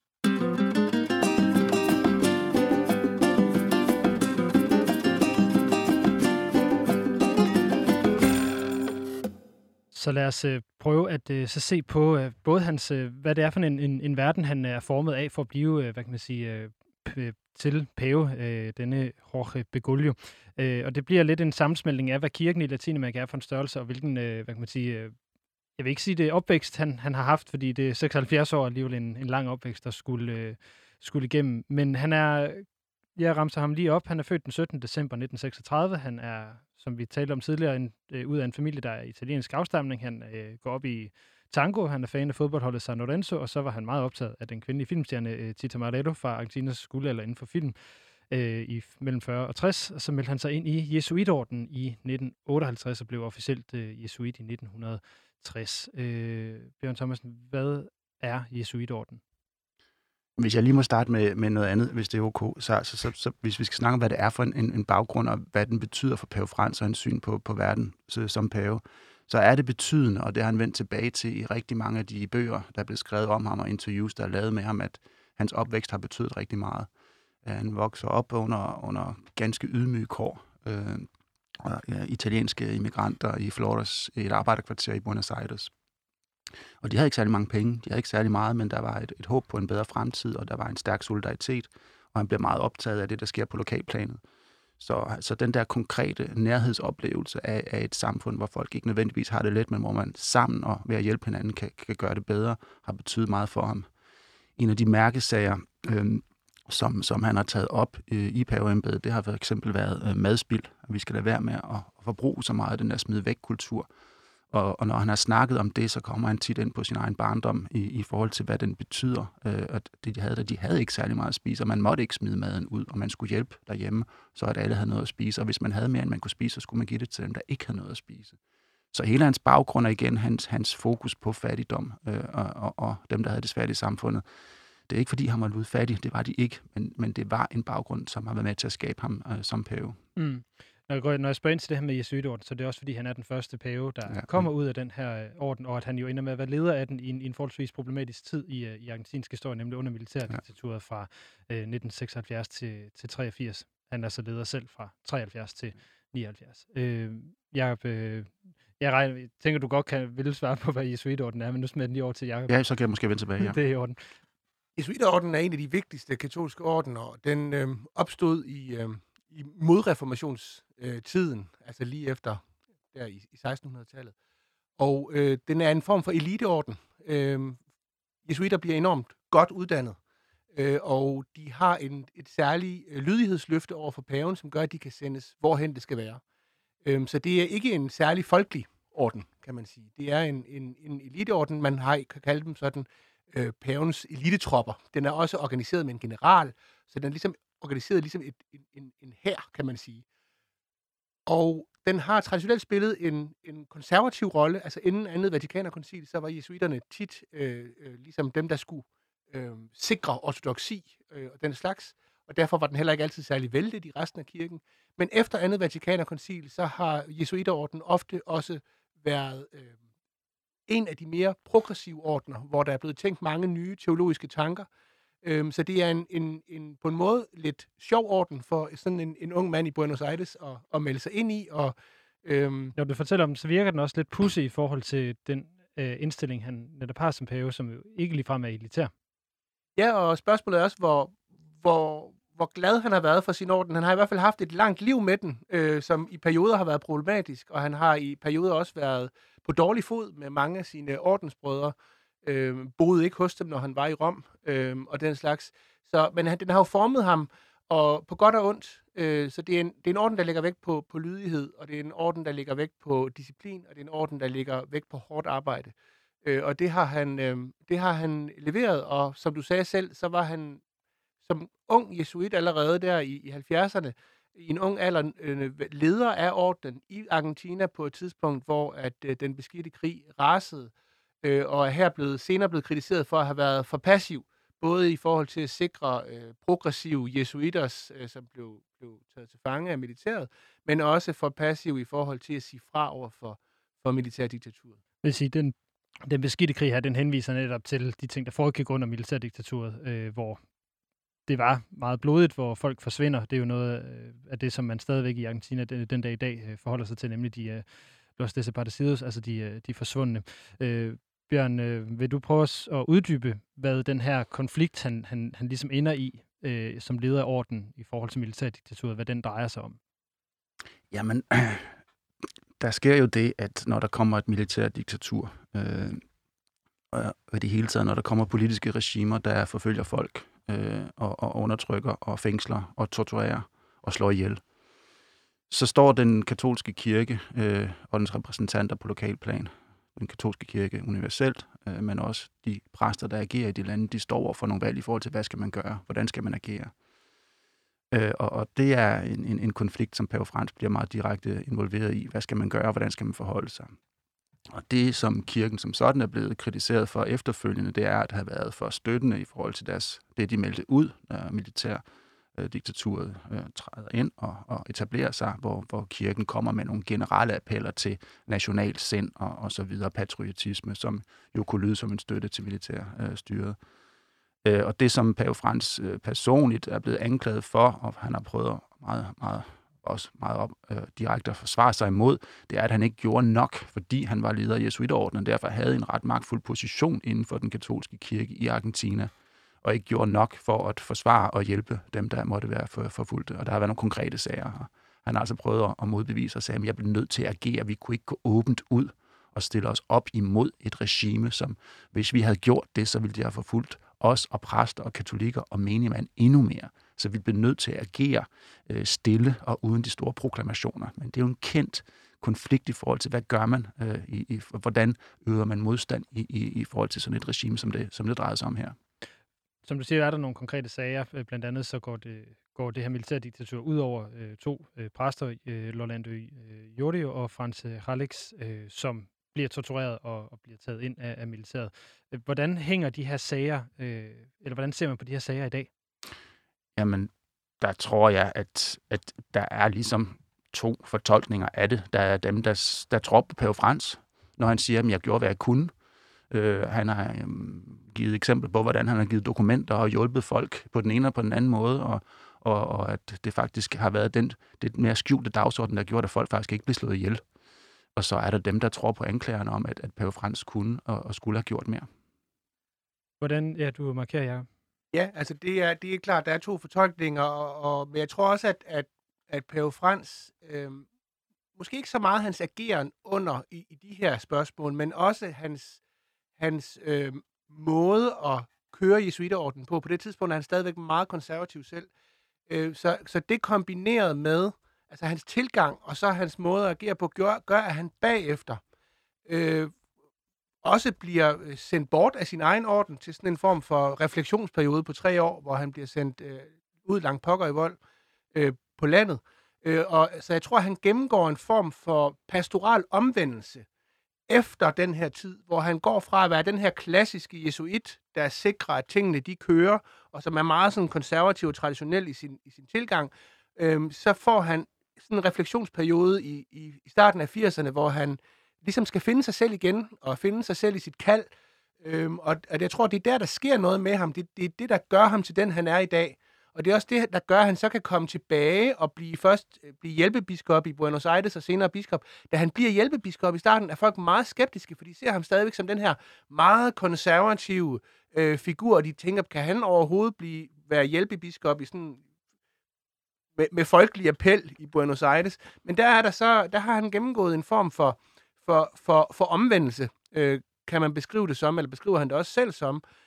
Speaker 1: Så lad os prøve at så se på både hans, hvad det er for en verden, han er formet af for at blive, hvad kan man sige, til pave, denne Jorge Bergoglio. Og det bliver lidt en sammensmeltning af, hvad kirken i Latinamerika er for en størrelse, og hvilken, hvad kan man sige, jeg vil ikke sige, det er opvækst, han har haft, fordi det er 76 år alligevel en lang opvækst, der skulle igennem. Men jeg ramser ham lige op, han er født den 17. december 1936. Han er, som vi talte om tidligere, ud af en familie, der er italiensk afstamning. Han går op i tango, han er fan af fodboldholdet San Lorenzo, og så var han meget optaget af den kvindelige filmstjerne Tita Marrero fra Argentinas guldalder inden for film i mellem 40 og 60. Og så meldte han sig ind i Jesuitordenen i 1958 og blev officielt jesuit i 1960. Bjørn Thomasen, hvad er Jesuitordenen?
Speaker 3: Hvis jeg lige må starte med noget andet, hvis det er ok, så hvis vi skal snakke om, hvad det er for en baggrund, og hvad den betyder for pave Frans og hans syn på verden som pave, så er det betydende, og det har han vendt tilbage til i rigtig mange af de bøger, der er blevet skrevet om ham, og interviews, der er lavet med ham, at hans opvækst har betydet rigtig meget. Han vokser op under ganske ydmyge kår, italienske immigranter i Flores, i et arbejderkvarter i Buenos Aires. Og de havde ikke særlig mange penge, de havde ikke særlig meget, men der var et håb på en bedre fremtid, og der var en stærk solidaritet, og han blev meget optaget af det, der sker på lokalplanet. Så den der konkrete nærhedsoplevelse af et samfund, hvor folk ikke nødvendigvis har det let, men hvor man sammen og ved at hjælpe hinanden kan gøre det bedre, har betydet meget for ham. En af de mærkesager, som han har taget op i paveembedet, det har for eksempel været madspild. Vi skal lade være med at forbruge så meget af den der smid væk-kultur. Og når han har snakket om det, så kommer han tit ind på sin egen barndom i forhold til, hvad den betyder. At det, de havde ikke særlig meget at spise, og man måtte ikke smide maden ud, og man skulle hjælpe derhjemme, så at alle havde noget at spise. Og hvis man havde mere, end man kunne spise, så skulle man give det til dem, der ikke havde noget at spise. Så hele hans baggrund er igen hans fokus på fattigdom og dem, der havde det svært i samfundet. Det er ikke, fordi han var ludfattig, det var de ikke, men det var en baggrund, som har været med til at skabe ham som pave.
Speaker 1: Mm. Når jeg spørger ind til det her med jesuitorden, så er det også, fordi han er den første pave, der kommer ud af den her orden, og at han jo ender med at være leder af den i en forholdsvis problematisk tid i argentinsk historie, nemlig under militærdiktaturet fra 1976 til 83. Han er så leder selv fra 73 til 79. Jeg tænker, du godt vil svare på, hvad jesuitorden er, men nu smider den lige over til Jacob.
Speaker 3: Ja, så kan jeg måske vende tilbage, ja.
Speaker 1: Det er i orden.
Speaker 2: Jesuiterordenen er en af de vigtigste katolske ordener. Den opstod i modreformationstiden, altså lige efter der i 1600-tallet. Og den er en form for eliteorden. Jesuiter bliver enormt godt uddannet, og de har et særligt lydighedsløfte over for paven, som gør, at de kan sendes, hvorhen det skal være. Så det er ikke en særlig folkelig orden, kan man sige. Det er en eliteorden, man kan kalde dem sådan, pavens elitetropper. Den er også organiseret med en general, så den er ligesom organiseret ligesom en hær, kan man sige. Og den har traditionelt spillet en konservativ rolle. Altså inden andet Vatikanerkoncil, så var jesuiterne tit ligesom dem, der skulle sikre ortodoksi og den slags. Og derfor var den heller ikke altid særlig vældig i resten af kirken. Men efter andet Vatikanerkoncil, så har jesuiterordenen ofte også været en af de mere progressive ordener, hvor der er blevet tænkt mange nye teologiske tanker. Så det er på en måde lidt sjov orden for sådan en ung mand i Buenos Aires at melde sig ind i. Og,
Speaker 1: Når du fortæller om, så virker den også lidt pudsig i forhold til den indstilling, han netop har som pave, som jo ikke ligefrem er elitær.
Speaker 2: Ja, og spørgsmålet er også, hvor glad han har været for sin orden. Han har i hvert fald haft et langt liv med den, som i perioder har været problematisk, og han har i perioder også været på dårlig fod med mange af sine ordensbrødre. Boede ikke hos dem, når han var i Rom, og den slags. Men den har jo formet ham, og på godt og ondt. Så det er en orden, der lægger vægt på lydighed, og det er en orden, der lægger vægt på disciplin, og det er en orden, der lægger vægt på hårdt arbejde. Og det har han leveret, og som du sagde selv, så var han som ung jesuit allerede der i 70'erne, i en ung alder, leder af ordenen i Argentina på et tidspunkt, hvor at den beskidte krig rasede, og er her senere blevet kritiseret for at have været for passiv, både i forhold til at sikre progressive jesuiters, som blev taget til fange af militæret, men også for passiv i forhold til at sige fra over for militærdiktaturet.
Speaker 1: Jeg vil sige, den beskidte krig her, den henviser netop til de ting, der foregik under militærdiktaturet, hvor det var meget blodigt, hvor folk forsvinder. Det er jo noget af det, som man stadigvæk i Argentina den dag i dag forholder sig til, nemlig de los desaparecidos, altså de forsvundne. Bjørn, vil du prøve at uddybe, hvad den her konflikt, han ligesom ender i som leder af orden i forhold til militærdiktaturet, hvad den drejer sig om?
Speaker 3: Jamen, der sker jo det, at når der kommer et militærdiktatur, og i det hele taget, når der kommer politiske regimer, der forfølger folk, og undertrykker og fængsler og torturerer og slår ihjel, så står den katolske kirke og dens repræsentanter på lokalplan, den katolske kirke universelt, men også de præster, der agerer i de lande, de står over for nogle valg i forhold til, hvad skal man gøre, hvordan skal man agere. Og det er en konflikt, som Pave Frans bliver meget direkte involveret i. Hvad skal man gøre, og hvordan skal man forholde sig? Og det, som kirken som sådan er blevet kritiseret for efterfølgende, det er at have været for støttende i forhold til det, de meldte ud, når militærdiktaturet træder ind og etablerer sig, hvor kirken kommer med nogle generelle appeller til national sind og så videre, patriotisme, som jo kunne lyde som en støtte til militærstyret. Og det, som Pave Frans personligt er blevet anklaget for, og han har prøvet meget direkte at forsvare sig imod, det er, at han ikke gjorde nok, fordi han var leder af jesuiterordenen, og derfor havde en ret magtfuld position inden for den katolske kirke i Argentina, og ikke gjorde nok for at forsvare og hjælpe dem, der måtte være forfulgte. Og der har været nogle konkrete sager her. Han har altså prøvet at modbevise og sagde, at jeg blev nødt til at agere. Vi kunne ikke gå åbent ud og stille os op imod et regime, som hvis vi havde gjort det, så ville de have forfulgt os og præster og katolikker og menigmand endnu mere. Så vi blev nødt til at agere stille og uden de store proklamationer. Men det er jo en kendt konflikt i forhold til, hvad gør man, hvordan yder man modstand i forhold til sådan et regime, som det drejer sig om her.
Speaker 1: Som du siger, er der nogle konkrete sager. Blandt andet så går det her militærdiktatur ud over to præster, Rolando Llorio og Frans Hallex, som bliver tortureret og bliver taget ind af militæret. Hvordan hænger de her sager, eller hvordan ser man på de her sager i dag?
Speaker 3: Jamen, der tror jeg, at der er ligesom 2 fortolkninger af det. Der er dem, der tror på Pave Frans, når han siger, at jeg gjorde, hvad jeg kunne. Han har givet eksempler på, hvordan han har givet dokumenter og hjulpet folk på den ene og på den anden måde, og at det faktisk har været det mere skjulte dagsorden, der gjorde, at folk faktisk ikke blev slået ihjel. Og så er der dem, der tror på anklagerne om, at Pave Frans kunne og skulle have gjort mere.
Speaker 1: Hvordan, du markerer, Jacob?
Speaker 2: Ja, altså det er klart, der er 2 fortolkninger, men jeg tror også, at Pave Frans, måske ikke så meget hans ageren under i de her spørgsmål, men også hans måde at køre jesuiterordenen på det tidspunkt er han stadigvæk meget konservativ selv. Så det kombineret med altså hans tilgang og så hans måde at agere på, gør at han bagefter også bliver sendt bort af sin egen orden til sådan en form for refleksionsperiode på 3 år, hvor han bliver sendt ud langt pokker i vold på landet. Så jeg tror, han gennemgår en form for pastoral omvendelse efter den her tid, hvor han går fra at være den her klassiske jesuit, der sikrer, at tingene de kører, og som er meget sådan konservativ og traditionel i sin tilgang, så får han sådan en refleksionsperiode i starten af 80'erne, hvor han ligesom skal finde sig selv igen, og finde sig selv i sit kald. Og jeg tror, det er der sker noget med ham. Det er det, der gør ham til den, han er i dag. Og det er også det, der gør, at han så kan komme tilbage og først blive hjælpebiskop i Buenos Aires og senere biskop. Da han bliver hjælpebiskop i starten, er folk meget skeptiske, for de ser ham stadigvæk som den her meget konservative figur, og de tænker, kan han overhovedet være hjælpebiskop i sådan med folkelig appel i Buenos Aires? Men der har han gennemgået en form for omvendelse, kan man beskrive det som, eller beskriver han det også selv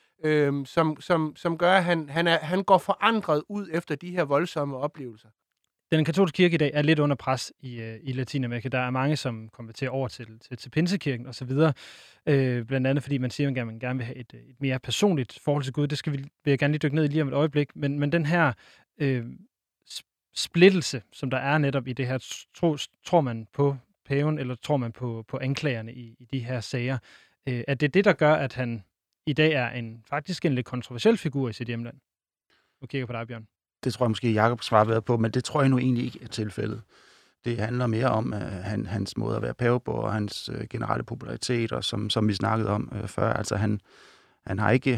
Speaker 2: som gør, at han går forandret ud efter de her voldsomme oplevelser.
Speaker 1: Den katolske kirke i dag er lidt under pres i Latinamerika. Der er mange, som konverterer over til pinsekirken osv. Blandt andet, fordi man siger, at man gerne vil have et mere personligt forhold til Gud. Det vil jeg gerne lige dykke ned i lige om et øjeblik. Men den her splittelse, som der er netop i det her, tror man på paven, eller tror man på anklagerne i de her sager? Er det det, der gør, at han i dag er faktisk en lidt kontroversiel figur i sit hjemland? Nu kigger jeg på dig, Bjørn.
Speaker 3: Det tror jeg måske, Jacob svarer bedre på, men det tror jeg nu egentlig ikke er tilfældet. Det handler mere om hans måde at være pave på, og hans generelle popularitet, og som vi snakkede om før. Altså han har ikke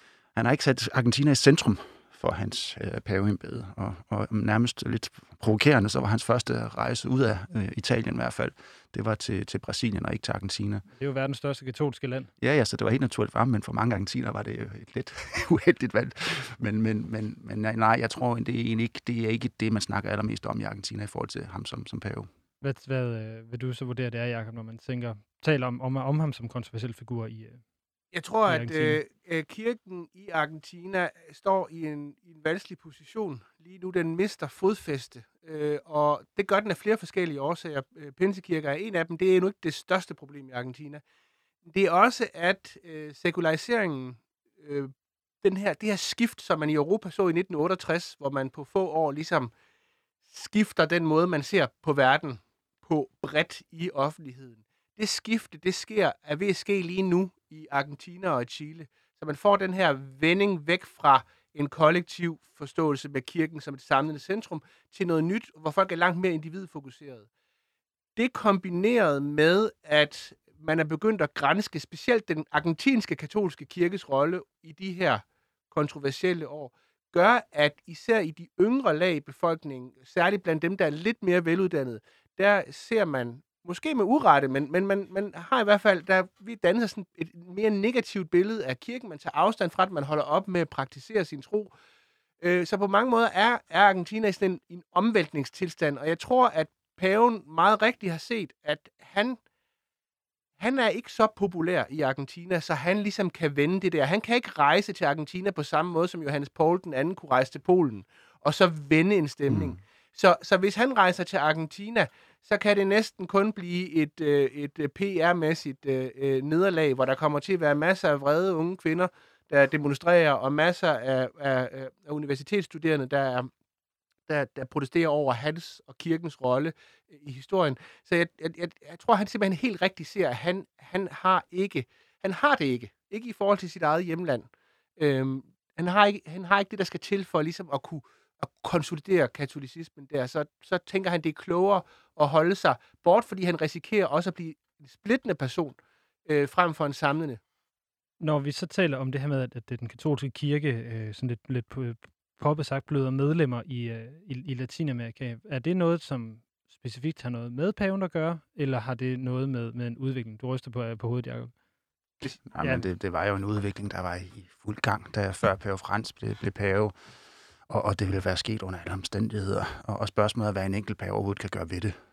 Speaker 3: sat Argentina i centrum for hans paveembede, og nærmest lidt provokerende, så var hans første rejse ud af Italien i hvert fald, det var til Brasilien og ikke til Argentina. Det
Speaker 1: er jo verdens største katolske land.
Speaker 3: Ja, så det var helt naturligt for ham, men for mange argentinere var det jo et lidt uheldigt valg. Men nej, jeg tror, det er ikke det, man snakker allermest om i Argentina i forhold til ham som pave.
Speaker 1: Hvad vil du så vurdere, det er, Jacob, når man taler om ham som kontroversiel figur i
Speaker 2: Jeg tror, at kirken i Argentina står i en vanskelig position. Lige nu den mister fodfæste, og det gør den af flere forskellige årsager. Pinsekirker er en af dem. Det er nu ikke det største problem i Argentina. Det er også, at sekulariseringen, det her skift, som man i Europa så i 1968, hvor man på få år ligesom skifter den måde, man ser på verden på bredt i offentligheden. Det skifte, er ved at ske lige nu i Argentina og i Chile. Så man får den her vending væk fra en kollektiv forståelse med kirken som et samlende centrum, til noget nyt, hvor folk er langt mere individfokuseret. Det kombineret med, at man er begyndt at granske specielt den argentinske katolske kirkes rolle i de her kontroversielle år, gør, at især i de yngre lag i befolkningen, særligt blandt dem, der er lidt mere veluddannede, der ser man måske med urette, men man har i hvert fald, vi danner sådan et mere negativt billede af kirken. Man tager afstand fra det, man holder op med at praktisere sin tro. Så på mange måder er Argentina i sådan en omvæltningstilstand, og jeg tror, at paven meget rigtigt har set, at han er ikke så populær i Argentina, så han ligesom kan vende det der. Han kan ikke rejse til Argentina på samme måde, som Johannes Paul II kunne rejse til Polen, og så vende en stemning. Så hvis han rejser til Argentina, så kan det næsten kun blive et PR-mæssigt nederlag, hvor der kommer til at være masser af vrede unge kvinder, der demonstrerer, og masser af universitetsstuderende, der protesterer over hans og kirkens rolle i historien. Så jeg tror, han simpelthen helt rigtigt ser, at han har det ikke i forhold til sit eget hjemland. Han har ikke det, der skal til for ligesom at kunne konsolidere katolicismen der. Så tænker han, det er klogere at holde sig bort, fordi han risikerer også at blive en splittende person frem for en samlende.
Speaker 1: Når vi så taler om det her med, at den katolske kirke sådan lidt poppet sagt bløder medlemmer i Latinamerika, er det noget, som specifikt har noget med paven at gøre, eller har det noget med en udvikling? Du ryster på hovedet, Jacob.
Speaker 3: Ja, men det var jo en udvikling, der var i fuld gang, da før Pave Frans blev pave, og det ville være sket under alle omstændigheder. Og spørgsmålet er, hvad en enkelt pave overhovedet kan gøre ved det.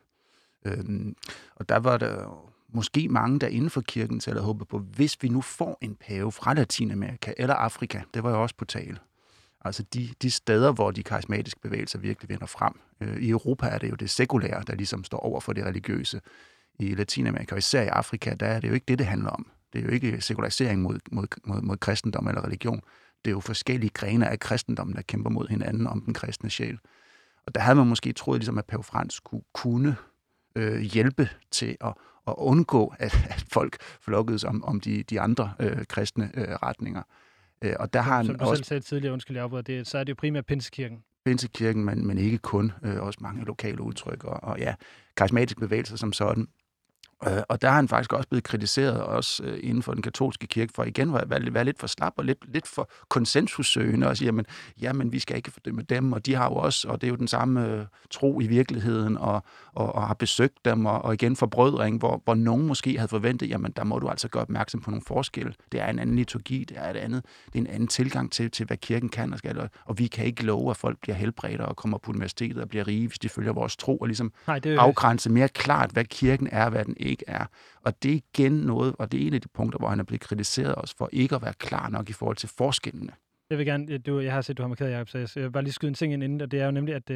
Speaker 3: Og der var der måske mange der inden for kirken til at håbe på, hvis vi nu får en pave fra Latinamerika eller Afrika, det var jo også på tale. Altså de steder, hvor de karismatiske bevægelser virkelig vinder frem. I Europa er det jo det sekulære, der ligesom står over for det religiøse. I Latinamerika, og især i Afrika, der er det jo ikke det handler om. Det er jo ikke sekularisering mod kristendom eller religion. Det er jo forskellige grene af kristendommen, der kæmper mod hinanden om den kristne sjæl. Og der havde man måske troet, ligesom, at Pave Frans kunne hjælpe til at undgå, at folk flokkedes om de andre kristne retninger. Og der har han
Speaker 1: som du
Speaker 3: også
Speaker 1: selv sagde tidligere, undskyld jeg afbryder, så er det jo primært Pinsekirken.
Speaker 3: Pinsekirken, men ikke kun. Også mange lokale udtryk, og ja, karismatiske bevægelser som sådan. Og der har han faktisk også blevet kritiseret, også inden for den katolske kirke, for igen at være lidt for slap og lidt for konsensussøgende, og sige, jamen vi skal ikke fordømme dem, og de har jo også, og det er jo den samme tro i virkeligheden, og har besøgt dem, og igen forbrødring, hvor nogen måske havde forventet, jamen der må du altså gøre opmærksom på nogle forskelle. Det er en anden liturgi, det er en anden tilgang til hvad kirken kan og skal, og vi kan ikke love, at folk bliver helbredte og kommer på universitetet og bliver rige, hvis de følger vores tro, og ligesom afgrænse mere klart, hvad kirken er, hvad den ikke er. Og det er igen noget, og det er en af de punkter, hvor han er blevet kritiseret også for ikke at være klar nok i forhold til forskellene.
Speaker 1: Jeg vil gerne, jeg har set, du har markeret, Jacob, så jeg vil bare lige skyde en ting ind inden, og det er jo nemlig, at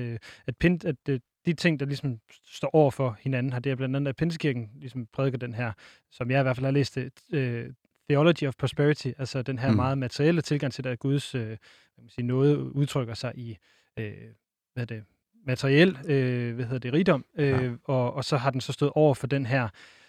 Speaker 1: de ting, der ligesom står over for hinanden, har det er blandt andet, at Pinsekirken ligesom prædiker den her, som jeg i hvert fald har læst, Theology of Prosperity, altså den her meget materielle tilgang til, at Guds noget udtrykker sig i materiel rigdom, og så har den så stået over for den her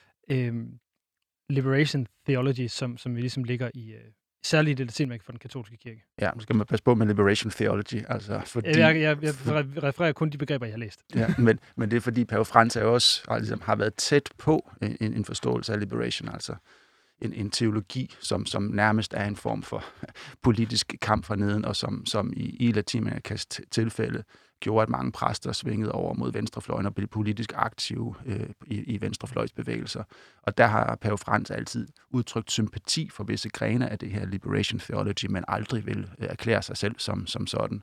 Speaker 1: liberation theology, som vi ligesom ligger i særligt i Latinamerika for den katolske kirke.
Speaker 3: Ja, nu skal man passe på med liberation theology, altså fordi...
Speaker 1: Jeg refererer kun de begreber, jeg har læst.
Speaker 3: Ja, men det er fordi Pave Frans er også ligesom, har været tæt på en forståelse af liberation, altså en teologi, som nærmest er en form for politisk kamp fra neden, og som i Latinamerikas tilfælde gjorde, at mange præster svingede over mod venstrefløjen og blev politisk aktive i venstrefløjsbevægelser. Og der har Pave Frans altid udtrykt sympati for visse grene af det her liberation theology, men aldrig vil erklære sig selv som sådan.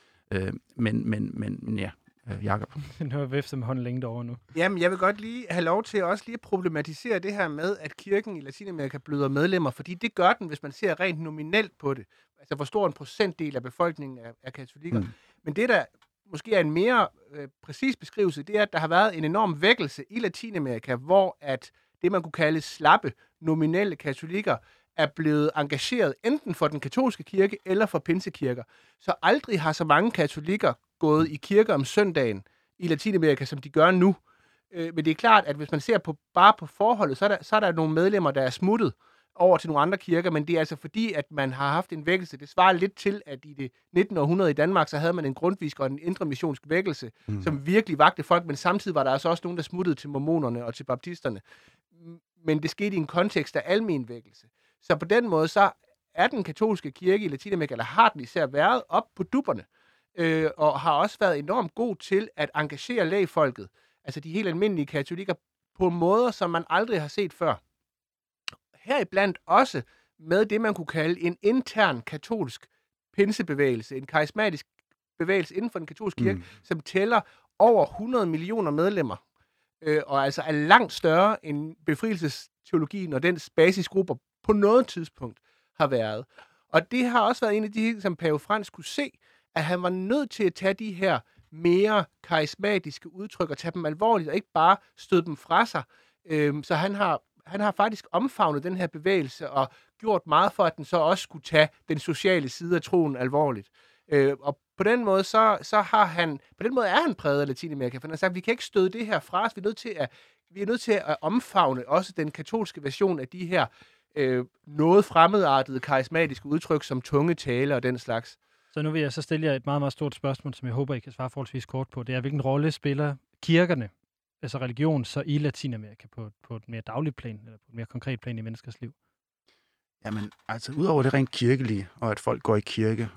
Speaker 3: Men ja, Jacob.
Speaker 1: Nu har vi efter med hånden længe derovre nu.
Speaker 2: Jamen, jeg vil godt lige have lov til også lige at problematisere det her med, at kirken i Latinamerika bløder medlemmer, fordi det gør den, hvis man ser rent nominelt på det. Altså, hvor stor en procentdel af befolkningen er katolikker. Men det, der måske er en mere præcis beskrivelse, det er, at der har været en enorm vækkelse i Latinamerika, hvor at det, man kunne kalde slappe, nominelle katolikker, er blevet engageret enten for den katolske kirke eller for pinsekirker. Så aldrig har så mange katolikker gået i kirke om søndagen i Latinamerika, som de gør nu. Men det er klart, at hvis man ser bare på forholdet, så er der nogle medlemmer, der er smuttet over til nogle andre kirker, men det er altså fordi, at man har haft en vækkelse. Det svarer lidt til, at i det 19. århundrede i Danmark, så havde man en grundtvigsk og en indre missionsk vækkelse, som virkelig vagte folk, men samtidig var der altså også nogen, der smuttede til mormonerne og til baptisterne. Men det skete i en kontekst af almen vækkelse. Så på den måde, så er den katolske kirke i Latinamerika, eller har den især været op på dupperne, og har også været enormt god til at engagere lægfolket, altså de helt almindelige katolikker, på måder, som man aldrig har set før. Heriblandt også med det, man kunne kalde en intern katolsk pinsebevægelse, en karismatisk bevægelse inden for den katolske kirke, som tæller over 100 millioner medlemmer, og altså er langt større end befrielsesteologien og dens basisgrupper på noget tidspunkt har været. Og det har også været en af de ting, som Pave Frans kunne se, at han var nødt til at tage de her mere karismatiske udtryk og tage dem alvorligt, og ikke bare støde dem fra sig. Så han har faktisk omfavnet den her bevægelse og gjort meget for, at den så også skulle tage den sociale side af troen alvorligt. Og på den måde, er han præget af Latinamerika, for han har sagt, at vi kan ikke støde det her fra os. Vi er nødt til at omfavne også den katolske version af de her noget fremmedartede, karismatiske udtryk som tunge tale og den slags.
Speaker 1: Så nu vil jeg så stille jer et meget, meget stort spørgsmål, som jeg håber, I kan svare forholdsvis kort på. Det er, hvilken rolle spiller kirkerne, altså religion, så i Latinamerika på et mere dagligt plan, eller på et mere konkret plan i menneskers liv?
Speaker 3: Jamen, altså udover det rent kirkelige, og at folk går i kirke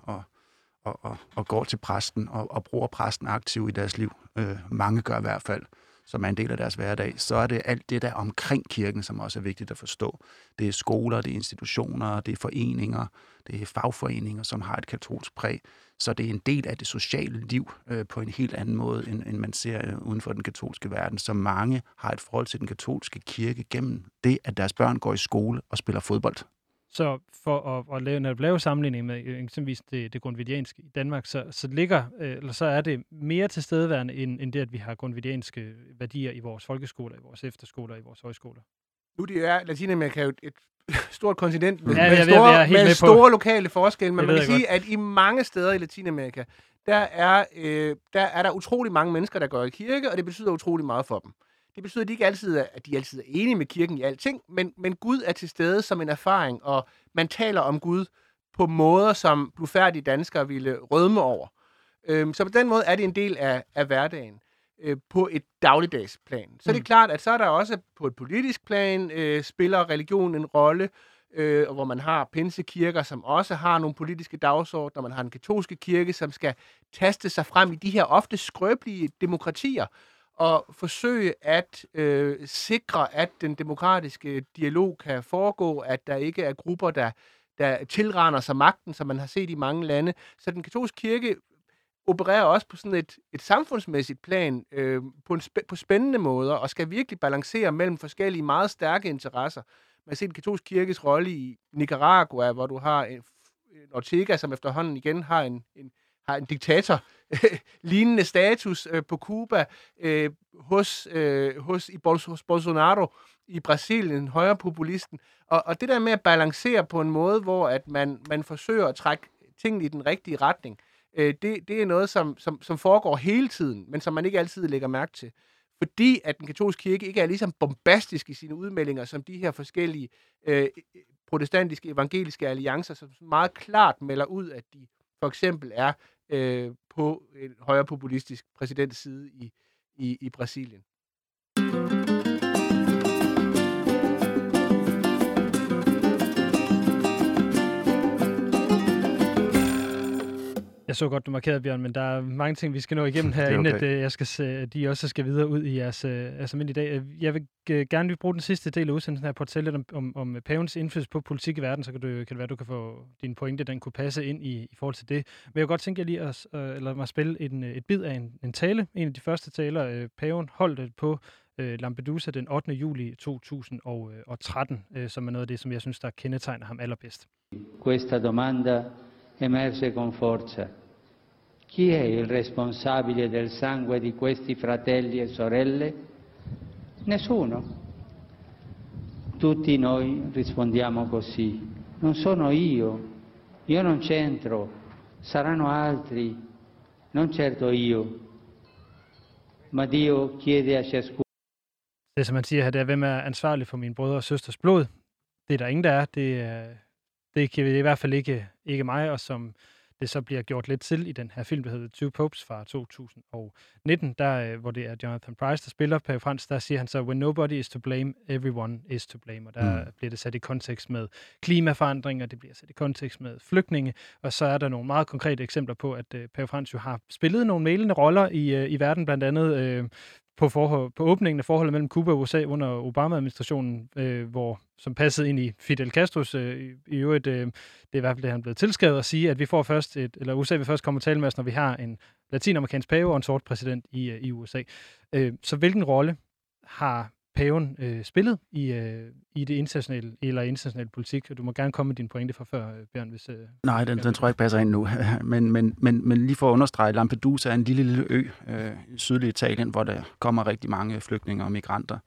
Speaker 3: og går til præsten og bruger præsten aktivt i deres liv, mange gør i hvert fald, som er en del af deres hverdag, så er det alt det der omkring kirken, som også er vigtigt at forstå. Det er skoler, det er institutioner, det er foreninger, det er fagforeninger, som har et katolsk præg. Så det er en del af det sociale liv på en helt anden måde, end man ser uden for den katolske verden. Så mange har et forhold til den katolske kirke gennem det, at deres børn går i skole og spiller fodbold.
Speaker 1: Så for at lave sammenligning med eksempelvis det grundtvigianske i Danmark, så er det mere tilstedeværende end det, at vi har grundtvigianske værdier i vores folkeskoler, i vores efterskoler, i vores højskoler.
Speaker 2: Nu er Latinamerika jo et stort kontinent med store lokale forskelle, men man kan sige, at i mange steder i Latinamerika, der er der utrolig mange mennesker, der går i kirke, og det betyder utrolig meget for dem. Det betyder, at de ikke altid er enige med kirken i alting, men Gud er til stede som en erfaring, og man taler om Gud på måder, som blufærdige danskere ville rødme over. Så på den måde er det en del af hverdagen på et dagligdags plan. Så er det klart, at så er der også på et politisk plan spiller religion en rolle, hvor man har pinsekirker, som også har nogle politiske dagsordner, man har en katolske kirke, som skal taste sig frem i de her ofte skrøbelige demokratier, og forsøge at sikre, at den demokratiske dialog kan foregå, at der ikke er grupper, der tilraner sig magten, som man har set i mange lande. Så den katolske kirke opererer også på sådan et samfundsmæssigt plan på spændende måder, og skal virkelig balancere mellem forskellige meget stærke interesser. Man har set den katolske kirkes rolle i Nicaragua, hvor du har en Ortega, som efterhånden igen har en diktator lignende status på Cuba, hos Bolsonaro i Brasilien, højrepopulisten. Og det der med at balancere på en måde, hvor at man forsøger at trække tingene i den rigtige retning, det er noget, som foregår hele tiden, men som man ikke altid lægger mærke til. Fordi at den katolske kirke ikke er ligesom bombastisk i sine udmeldinger, som de her forskellige protestantiske, evangeliske alliancer, som meget klart melder ud, at de for eksempel er på en højrepopulistisk præsidents side i Brasilien.
Speaker 1: Jeg så godt, du markerede, Bjørn, men der er mange ting, vi skal nå igennem her, inden at de også skal videre ud i jeres almindelige dag. Jeg vil gerne bruge den sidste del af udsendelsen her på at tale lidt om pavens indflydelse på politik i verden, så kan det være, du kan få din pointe, den kunne passe ind i forhold til det. Men jeg vil godt tænke lige at lade mig spille et bid af en tale. En af de første taler, paven holdt på Lampedusa den 8. juli 2013, som er noget af det, som jeg synes, der kendetegner ham allerbedst.
Speaker 5: Questa domanda emerge con forza. Chi è il responsabile del sangue di questi fratelli e sorelle? Nessuno. Tutti noi rispondiamo così. Non sono io non c'entro, saranno altri, non certo io. Ma Dio chiede a ciascuno.
Speaker 1: Det, som man siger her, det er, hvem er ansvarlig for mine brødre og søsters blod? Det er der ingen, der er. Det kan i hvert fald ikke mig, og som det så bliver gjort lidt til i den her film, der hedder Two Popes fra 2019, der, hvor det er Jonathan Pryce, der spiller Pave Frans, der siger han så, when nobody is to blame, everyone is to blame. Og der bliver det sat i kontekst med klimaforandringer, det bliver sat i kontekst med flygtninge, og så er der nogle meget konkrete eksempler på, at Pave Frans jo har spillet nogle mælende roller i verden, blandt andet på åbningen af forholdet mellem Cuba og USA under Obama-administrationen, som passede ind i Fidel Castros. I øvrigt, det er i hvert fald det, han er blevet tilskrevet at sige, at USA vil først komme og tale med os, når vi har en latinamerikansk pave og en sort præsident i USA. Så hvilken rolle har paven spillet i det internationale eller internationale politik? Du må gerne komme med din pointe fra før, Bjørn. Hvis,
Speaker 3: Nej, den tror jeg ikke passer ind nu. men lige for at understrege, Lampedusa er en lille ø i sydlige Italien, hvor der kommer rigtig mange flygtninge og migranter.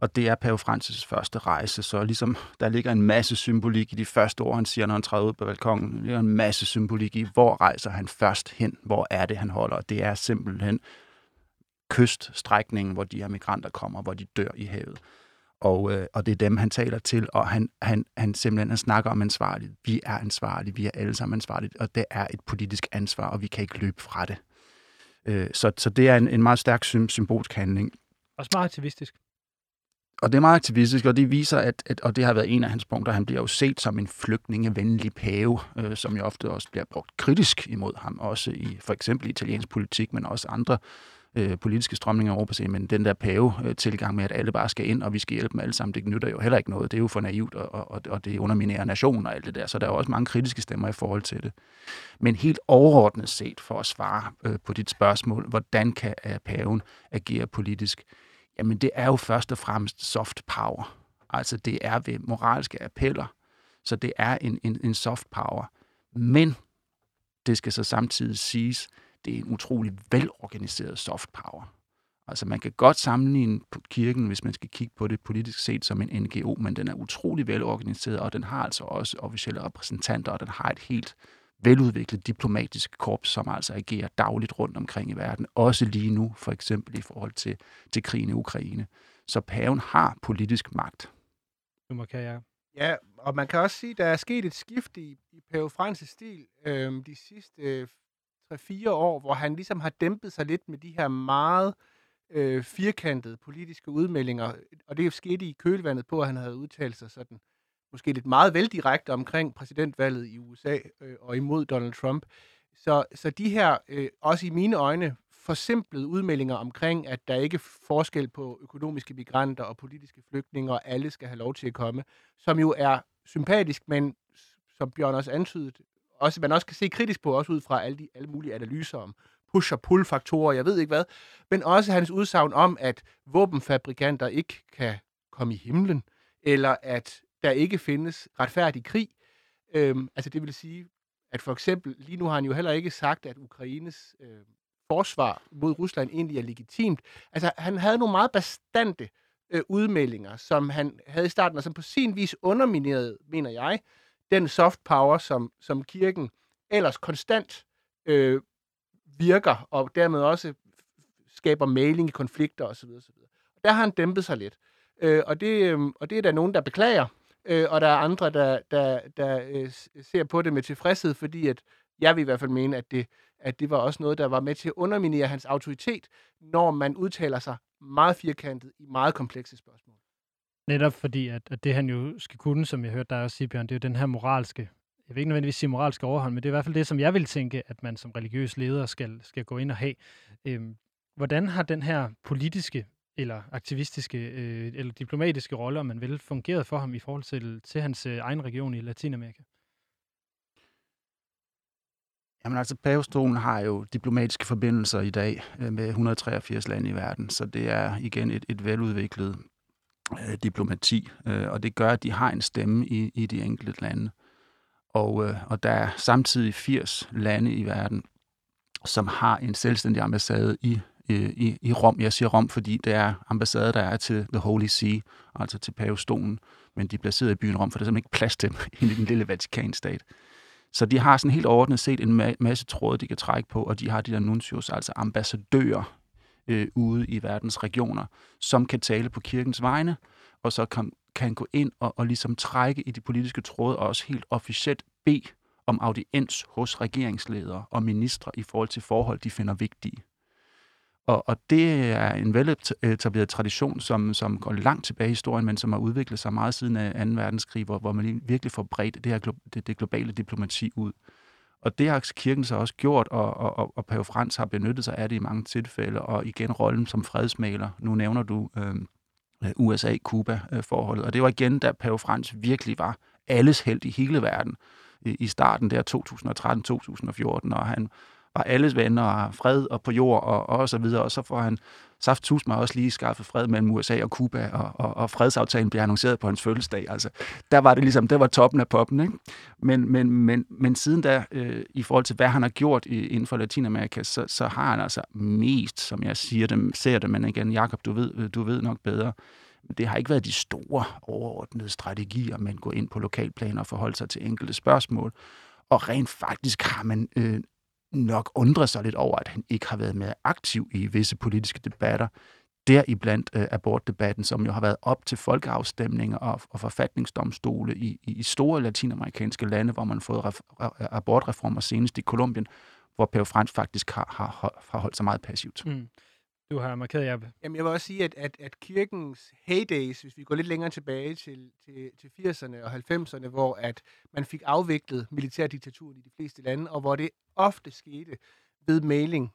Speaker 3: Og det er Pave Francis' første rejse, så ligesom der ligger en masse symbolik i de første ord, han siger, når han træder ud på balkongen. Der ligger en masse symbolik i, hvor rejser han først hen, hvor er det, han holder. Og det er simpelthen kyststrækningen, hvor de her migranter kommer, hvor de dør i havet. Og det er dem, han taler til, og han simpelthen snakker om ansvarligt. Vi er ansvarlige, vi er alle sammen ansvarlige, og det er et politisk ansvar, og vi kan ikke løbe fra det. Så det er en meget stærk symbolsk handling.
Speaker 1: Også meget aktivistisk.
Speaker 3: Og det er meget aktivistisk, og det viser, og det har været en af hans punkter, han bliver jo set som en flygtningevenlig pave, som jo ofte også bliver brugt kritisk imod ham, også i for eksempel italiensk politik, men også andre politiske strømninger over på sig, men den der pave-tilgang med, at alle bare skal ind, og vi skal hjælpe dem alle sammen, det nytter jo heller ikke noget. Det er jo for naivt, og det underminerer nationen og alt det der, så der er også mange kritiske stemmer i forhold til det. Men helt overordnet set, for at svare på dit spørgsmål, hvordan kan paven agere politisk? Jamen det er jo først og fremmest soft power. Altså det er ved moralske appeller, så det er en soft power. Men det skal så samtidig siges, det er en utrolig velorganiseret soft power. Altså man kan godt sammenligne kirken, hvis man skal kigge på det politisk set som en NGO, men den er utrolig velorganiseret, og den har altså også officielle repræsentanter, og den har et helt veludviklet diplomatisk korps, som altså agerer dagligt rundt omkring i verden, også lige nu, for eksempel i forhold til krigen i Ukraine. Så paven har politisk magt.
Speaker 2: Ja, og man kan også sige, at der er sket et skift i Pave Francis' stil de sidste 3-4 år, hvor han ligesom har dæmpet sig lidt med de her meget firkantede politiske udmeldinger, og det skete i kølvandet på, at han havde udtalt sig sådan, måske lidt meget veldirekte omkring præsidentvalget i USA og imod Donald Trump. Så de her, også i mine øjne, forsimplede udmeldinger omkring, at der ikke er forskel på økonomiske migranter og politiske flygtninge, og alle skal have lov til at komme, som jo er sympatisk, men som Bjørn også antydede, man også kan se kritisk på, også ud fra alle mulige analyser om push- og pull-faktorer, jeg ved ikke hvad, men også hans udsagn om, at våbenfabrikanter ikke kan komme i himlen, eller at der ikke findes retfærdig krig. Altså det vil sige, at for eksempel, lige nu har han jo heller ikke sagt, at Ukraines forsvar mod Rusland egentlig er legitimt. Altså han havde nogle meget bastante udmeldinger, som han havde i starten, og som på sin vis underminerede, mener jeg, den soft power, som kirken ellers konstant virker, og dermed også skaber mægling i konflikter osv. Der har han dæmpet sig lidt. Og det er der nogen, der beklager, og der er andre, der ser på det med tilfredshed, fordi at jeg vil i hvert fald mene, at det var også noget, der var med til at underminere hans autoritet, når man udtaler sig meget firkantet i meget komplekse spørgsmål.
Speaker 1: Netop fordi, at det han jo skal kunne, som jeg hørte dig også sige, Bjørn, det er jo den her moralske, jeg vil ikke nødvendigvis sige moralske overhånd, men det er i hvert fald det, som jeg vil tænke, at man som religiøs leder skal gå ind og have. Hvordan har den her politiske eller aktivistiske eller diplomatiske rolle, om man vil, fungeret for ham i forhold til hans egen region i Latinamerika?
Speaker 3: Jamen altså, pavestolen har jo diplomatiske forbindelser i dag med 183 lande i verden, så det er igen et veludviklet diplomati, og det gør, at de har en stemme i de enkelte lande. Og der er samtidig 80 lande i verden, som har en selvstændig ambassade i Rom. Jeg siger Rom, fordi det er ambassade, der er til The Holy See, altså til pavestolen, men de er placeret i byen Rom, for der er simpelthen ikke plads til dem i den lille Vatikanstat. Så de har sådan helt overordnet set en masse tråde, de kan trække på, og de har de der nuncios, altså ambassadører ude i verdens regioner, som kan tale på kirkens vegne, og så kan gå ind og ligesom trække i de politiske tråde, og også helt officielt bede om audiens hos regeringsledere og ministre i forhold til forhold, de finder vigtige. Og det er en veletableret tradition, som går langt tilbage i historien, men som har udviklet sig meget siden af 2. verdenskrig, hvor man virkelig får bredt det globale diplomati ud. Og det har kirken så også gjort, og Pave Frans har benyttet sig af det i mange tilfælde, og igen rollen som fredsmægler. Nu nævner du USA-Kuba-forholdet, og det var igen, da Pave Frans virkelig var alles helt i hele verden i starten der 2013-2014, og han var alles venner og fred og på jord og så videre, og så får han saftsusme også lige skaffet fred mellem USA og Kuba, og fredsaftalen bliver annonceret på hans fødselsdag. Altså, der var det ligesom, det var toppen af poppen, ikke? Men siden da, i forhold til, hvad han har gjort inden for Latinamerika, så har han altså mest, som jeg ser det, men igen, Jakob, du ved nok bedre, Det har ikke været de store overordnede strategier, man går ind på lokalplaner og forholder sig til enkelte spørgsmål. Og rent faktisk har man nok undret sig lidt over, at han ikke har været mere aktiv i visse politiske debatter. Deriblandt abortdebatten, som jo har været op til folkeafstemninger og forfatningsdomstole i store latinamerikanske lande, hvor man har fået abortreformer, senest i Colombien, hvor Pave Frans faktisk har holdt sig meget passivt.
Speaker 1: Mm. Du har markeret, Jeppe.
Speaker 2: Jamen, jeg vil også sige, at kirkens heydays, hvis vi går lidt længere tilbage til 80'erne og 90'erne, hvor at man fik afviklet militærdiktaturen i de fleste lande, og hvor det ofte skete ved mailing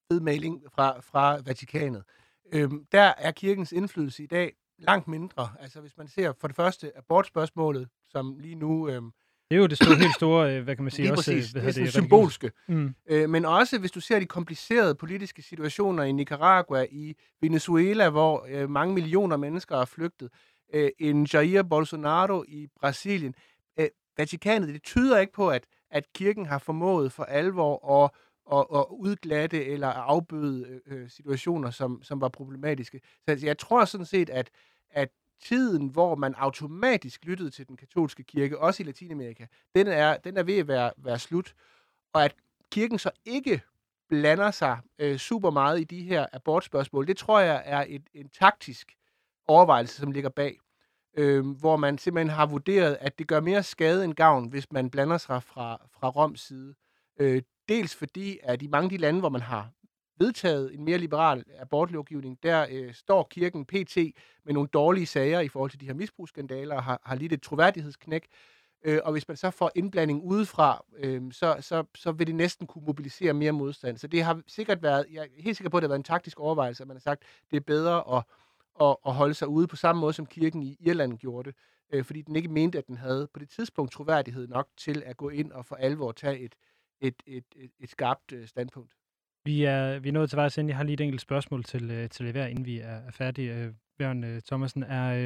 Speaker 2: fra Vatikanet. Der er kirkens indflydelse i dag langt mindre. Altså hvis man ser for det første abortspørgsmålet, som lige nu...
Speaker 1: det er jo det store, helt store, hvad kan man sige,
Speaker 2: lige
Speaker 1: også
Speaker 2: præcis, det er symbolske. Men også hvis du ser de komplicerede politiske situationer i Nicaragua, i Venezuela, hvor mange millioner mennesker er flygtet, en Jair Bolsonaro i Brasilien. Vatikanet, det tyder ikke på, at kirken har formået for alvor at udglatte eller afbøde situationer, som var problematiske. Så jeg tror sådan set, at tiden, hvor man automatisk lyttede til den katolske kirke, også i Latinamerika, den er ved at være slut. Og at kirken så ikke blander sig super meget i de her abortspørgsmål, det tror jeg er en taktisk overvejelse, som ligger bag. Hvor man simpelthen har vurderet, at det gør mere skade end gavn, hvis man blander sig fra Roms side. Dels fordi, at i mange af de lande, hvor man har vedtaget en mere liberal abortlovgivning, der står kirken pt. Med nogle dårlige sager i forhold til de her misbrugsskandaler, og har lidt et troværdighedsknæk. Og hvis man så får indblanding udefra, så vil det næsten kunne mobilisere mere modstand. Så det har sikkert været, jeg er helt sikker på, at det har været en taktisk overvejelse, at man har sagt, at det er bedre at holde sig ude på samme måde, som kirken i Irland gjorde det. Fordi den ikke mente, at den havde på det tidspunkt troværdighed nok til at gå ind og for alvor tage et skarpt standpunkt.
Speaker 1: Vi er nået til vejs ende. Jeg har lige et enkelt spørgsmål til hver, inden vi er færdige. Bjørn Thomasen,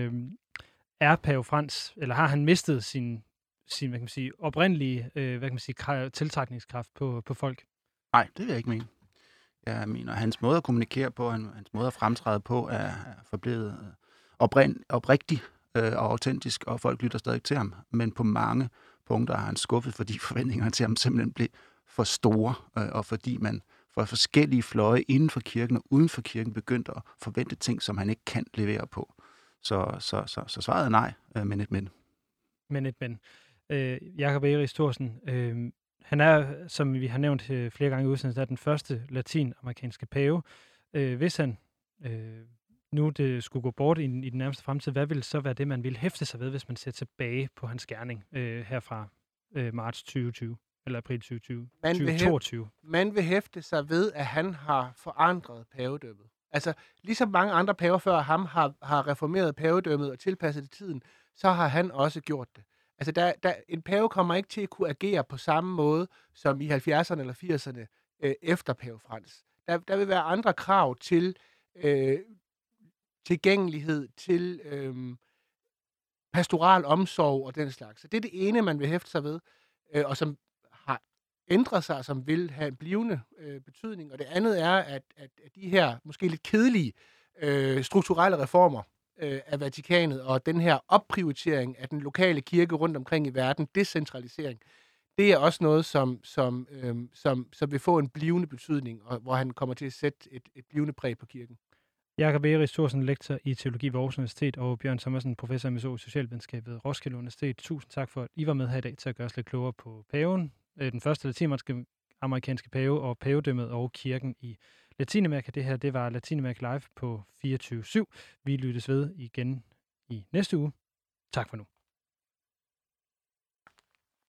Speaker 1: er Pave Frans, eller har han mistet sin hvad kan man sige, oprindelige tiltrækningskraft på folk?
Speaker 3: Nej, det vil jeg ikke mene. Jeg mener, hans måde at kommunikere på, hans måde at fremtræde på, er forblevet oprigtig og autentisk, og folk lytter stadig til ham. Men på mange punkter har han skuffet, fordi forventningerne til ham simpelthen blev for store, og fordi man fra forskellige fløje inden for kirken og uden for kirken begyndte at forvente ting, som han ikke kan levere på. Så svaret er nej, men et men.
Speaker 1: Men et men. Jakob Egeris Thorsen, han er, som vi har nævnt flere gange i udsendelsen, den første latinamerikanske pave. Hvis han nu det skulle gå bort i den nærmeste fremtid, hvad vil så være det, man vil hæfte sig ved, hvis man ser tilbage på hans gerning her fra marts 2020? Eller april 2022.
Speaker 2: Man vil hæfte sig ved, at han har forandret pavedømmet. Altså, ligesom mange andre paver før ham har reformeret pavedømmet og tilpasset det tiden, så har han også gjort det. Altså, en pave kommer ikke til at kunne agere på samme måde, som i 70'erne eller 80'erne efter Pave Frans. Der vil være andre krav til tilgængelighed, til pastoral omsorg og den slags. Så det er det ene, man vil hæfte sig ved, og som har ændret sig, som vil have en blivende betydning. Og det andet er, at de her måske lidt kedelige strukturelle reformer af Vatikanet og den her opprioritering af den lokale kirke rundt omkring i verden, decentralisering, det er også noget, som vil få en blivende betydning, og hvor han kommer til at sætte et blivende præg på kirken.
Speaker 1: Jakob Egeris Thorsen, lektor i teologi ved Aarhus Universitet, og Bjørn Thomasen, professor i socialvidenskab ved Roskilde Universitet. Tusind tak for, at I var med her i dag til at gøre os lidt klogere på paven, den første latinamerikanske pave og pavedømmet og kirken i Latinamerika. Det her, det var Latinamerika Live på 24/7. Vi lyttes ved igen i næste uge. Tak for nu.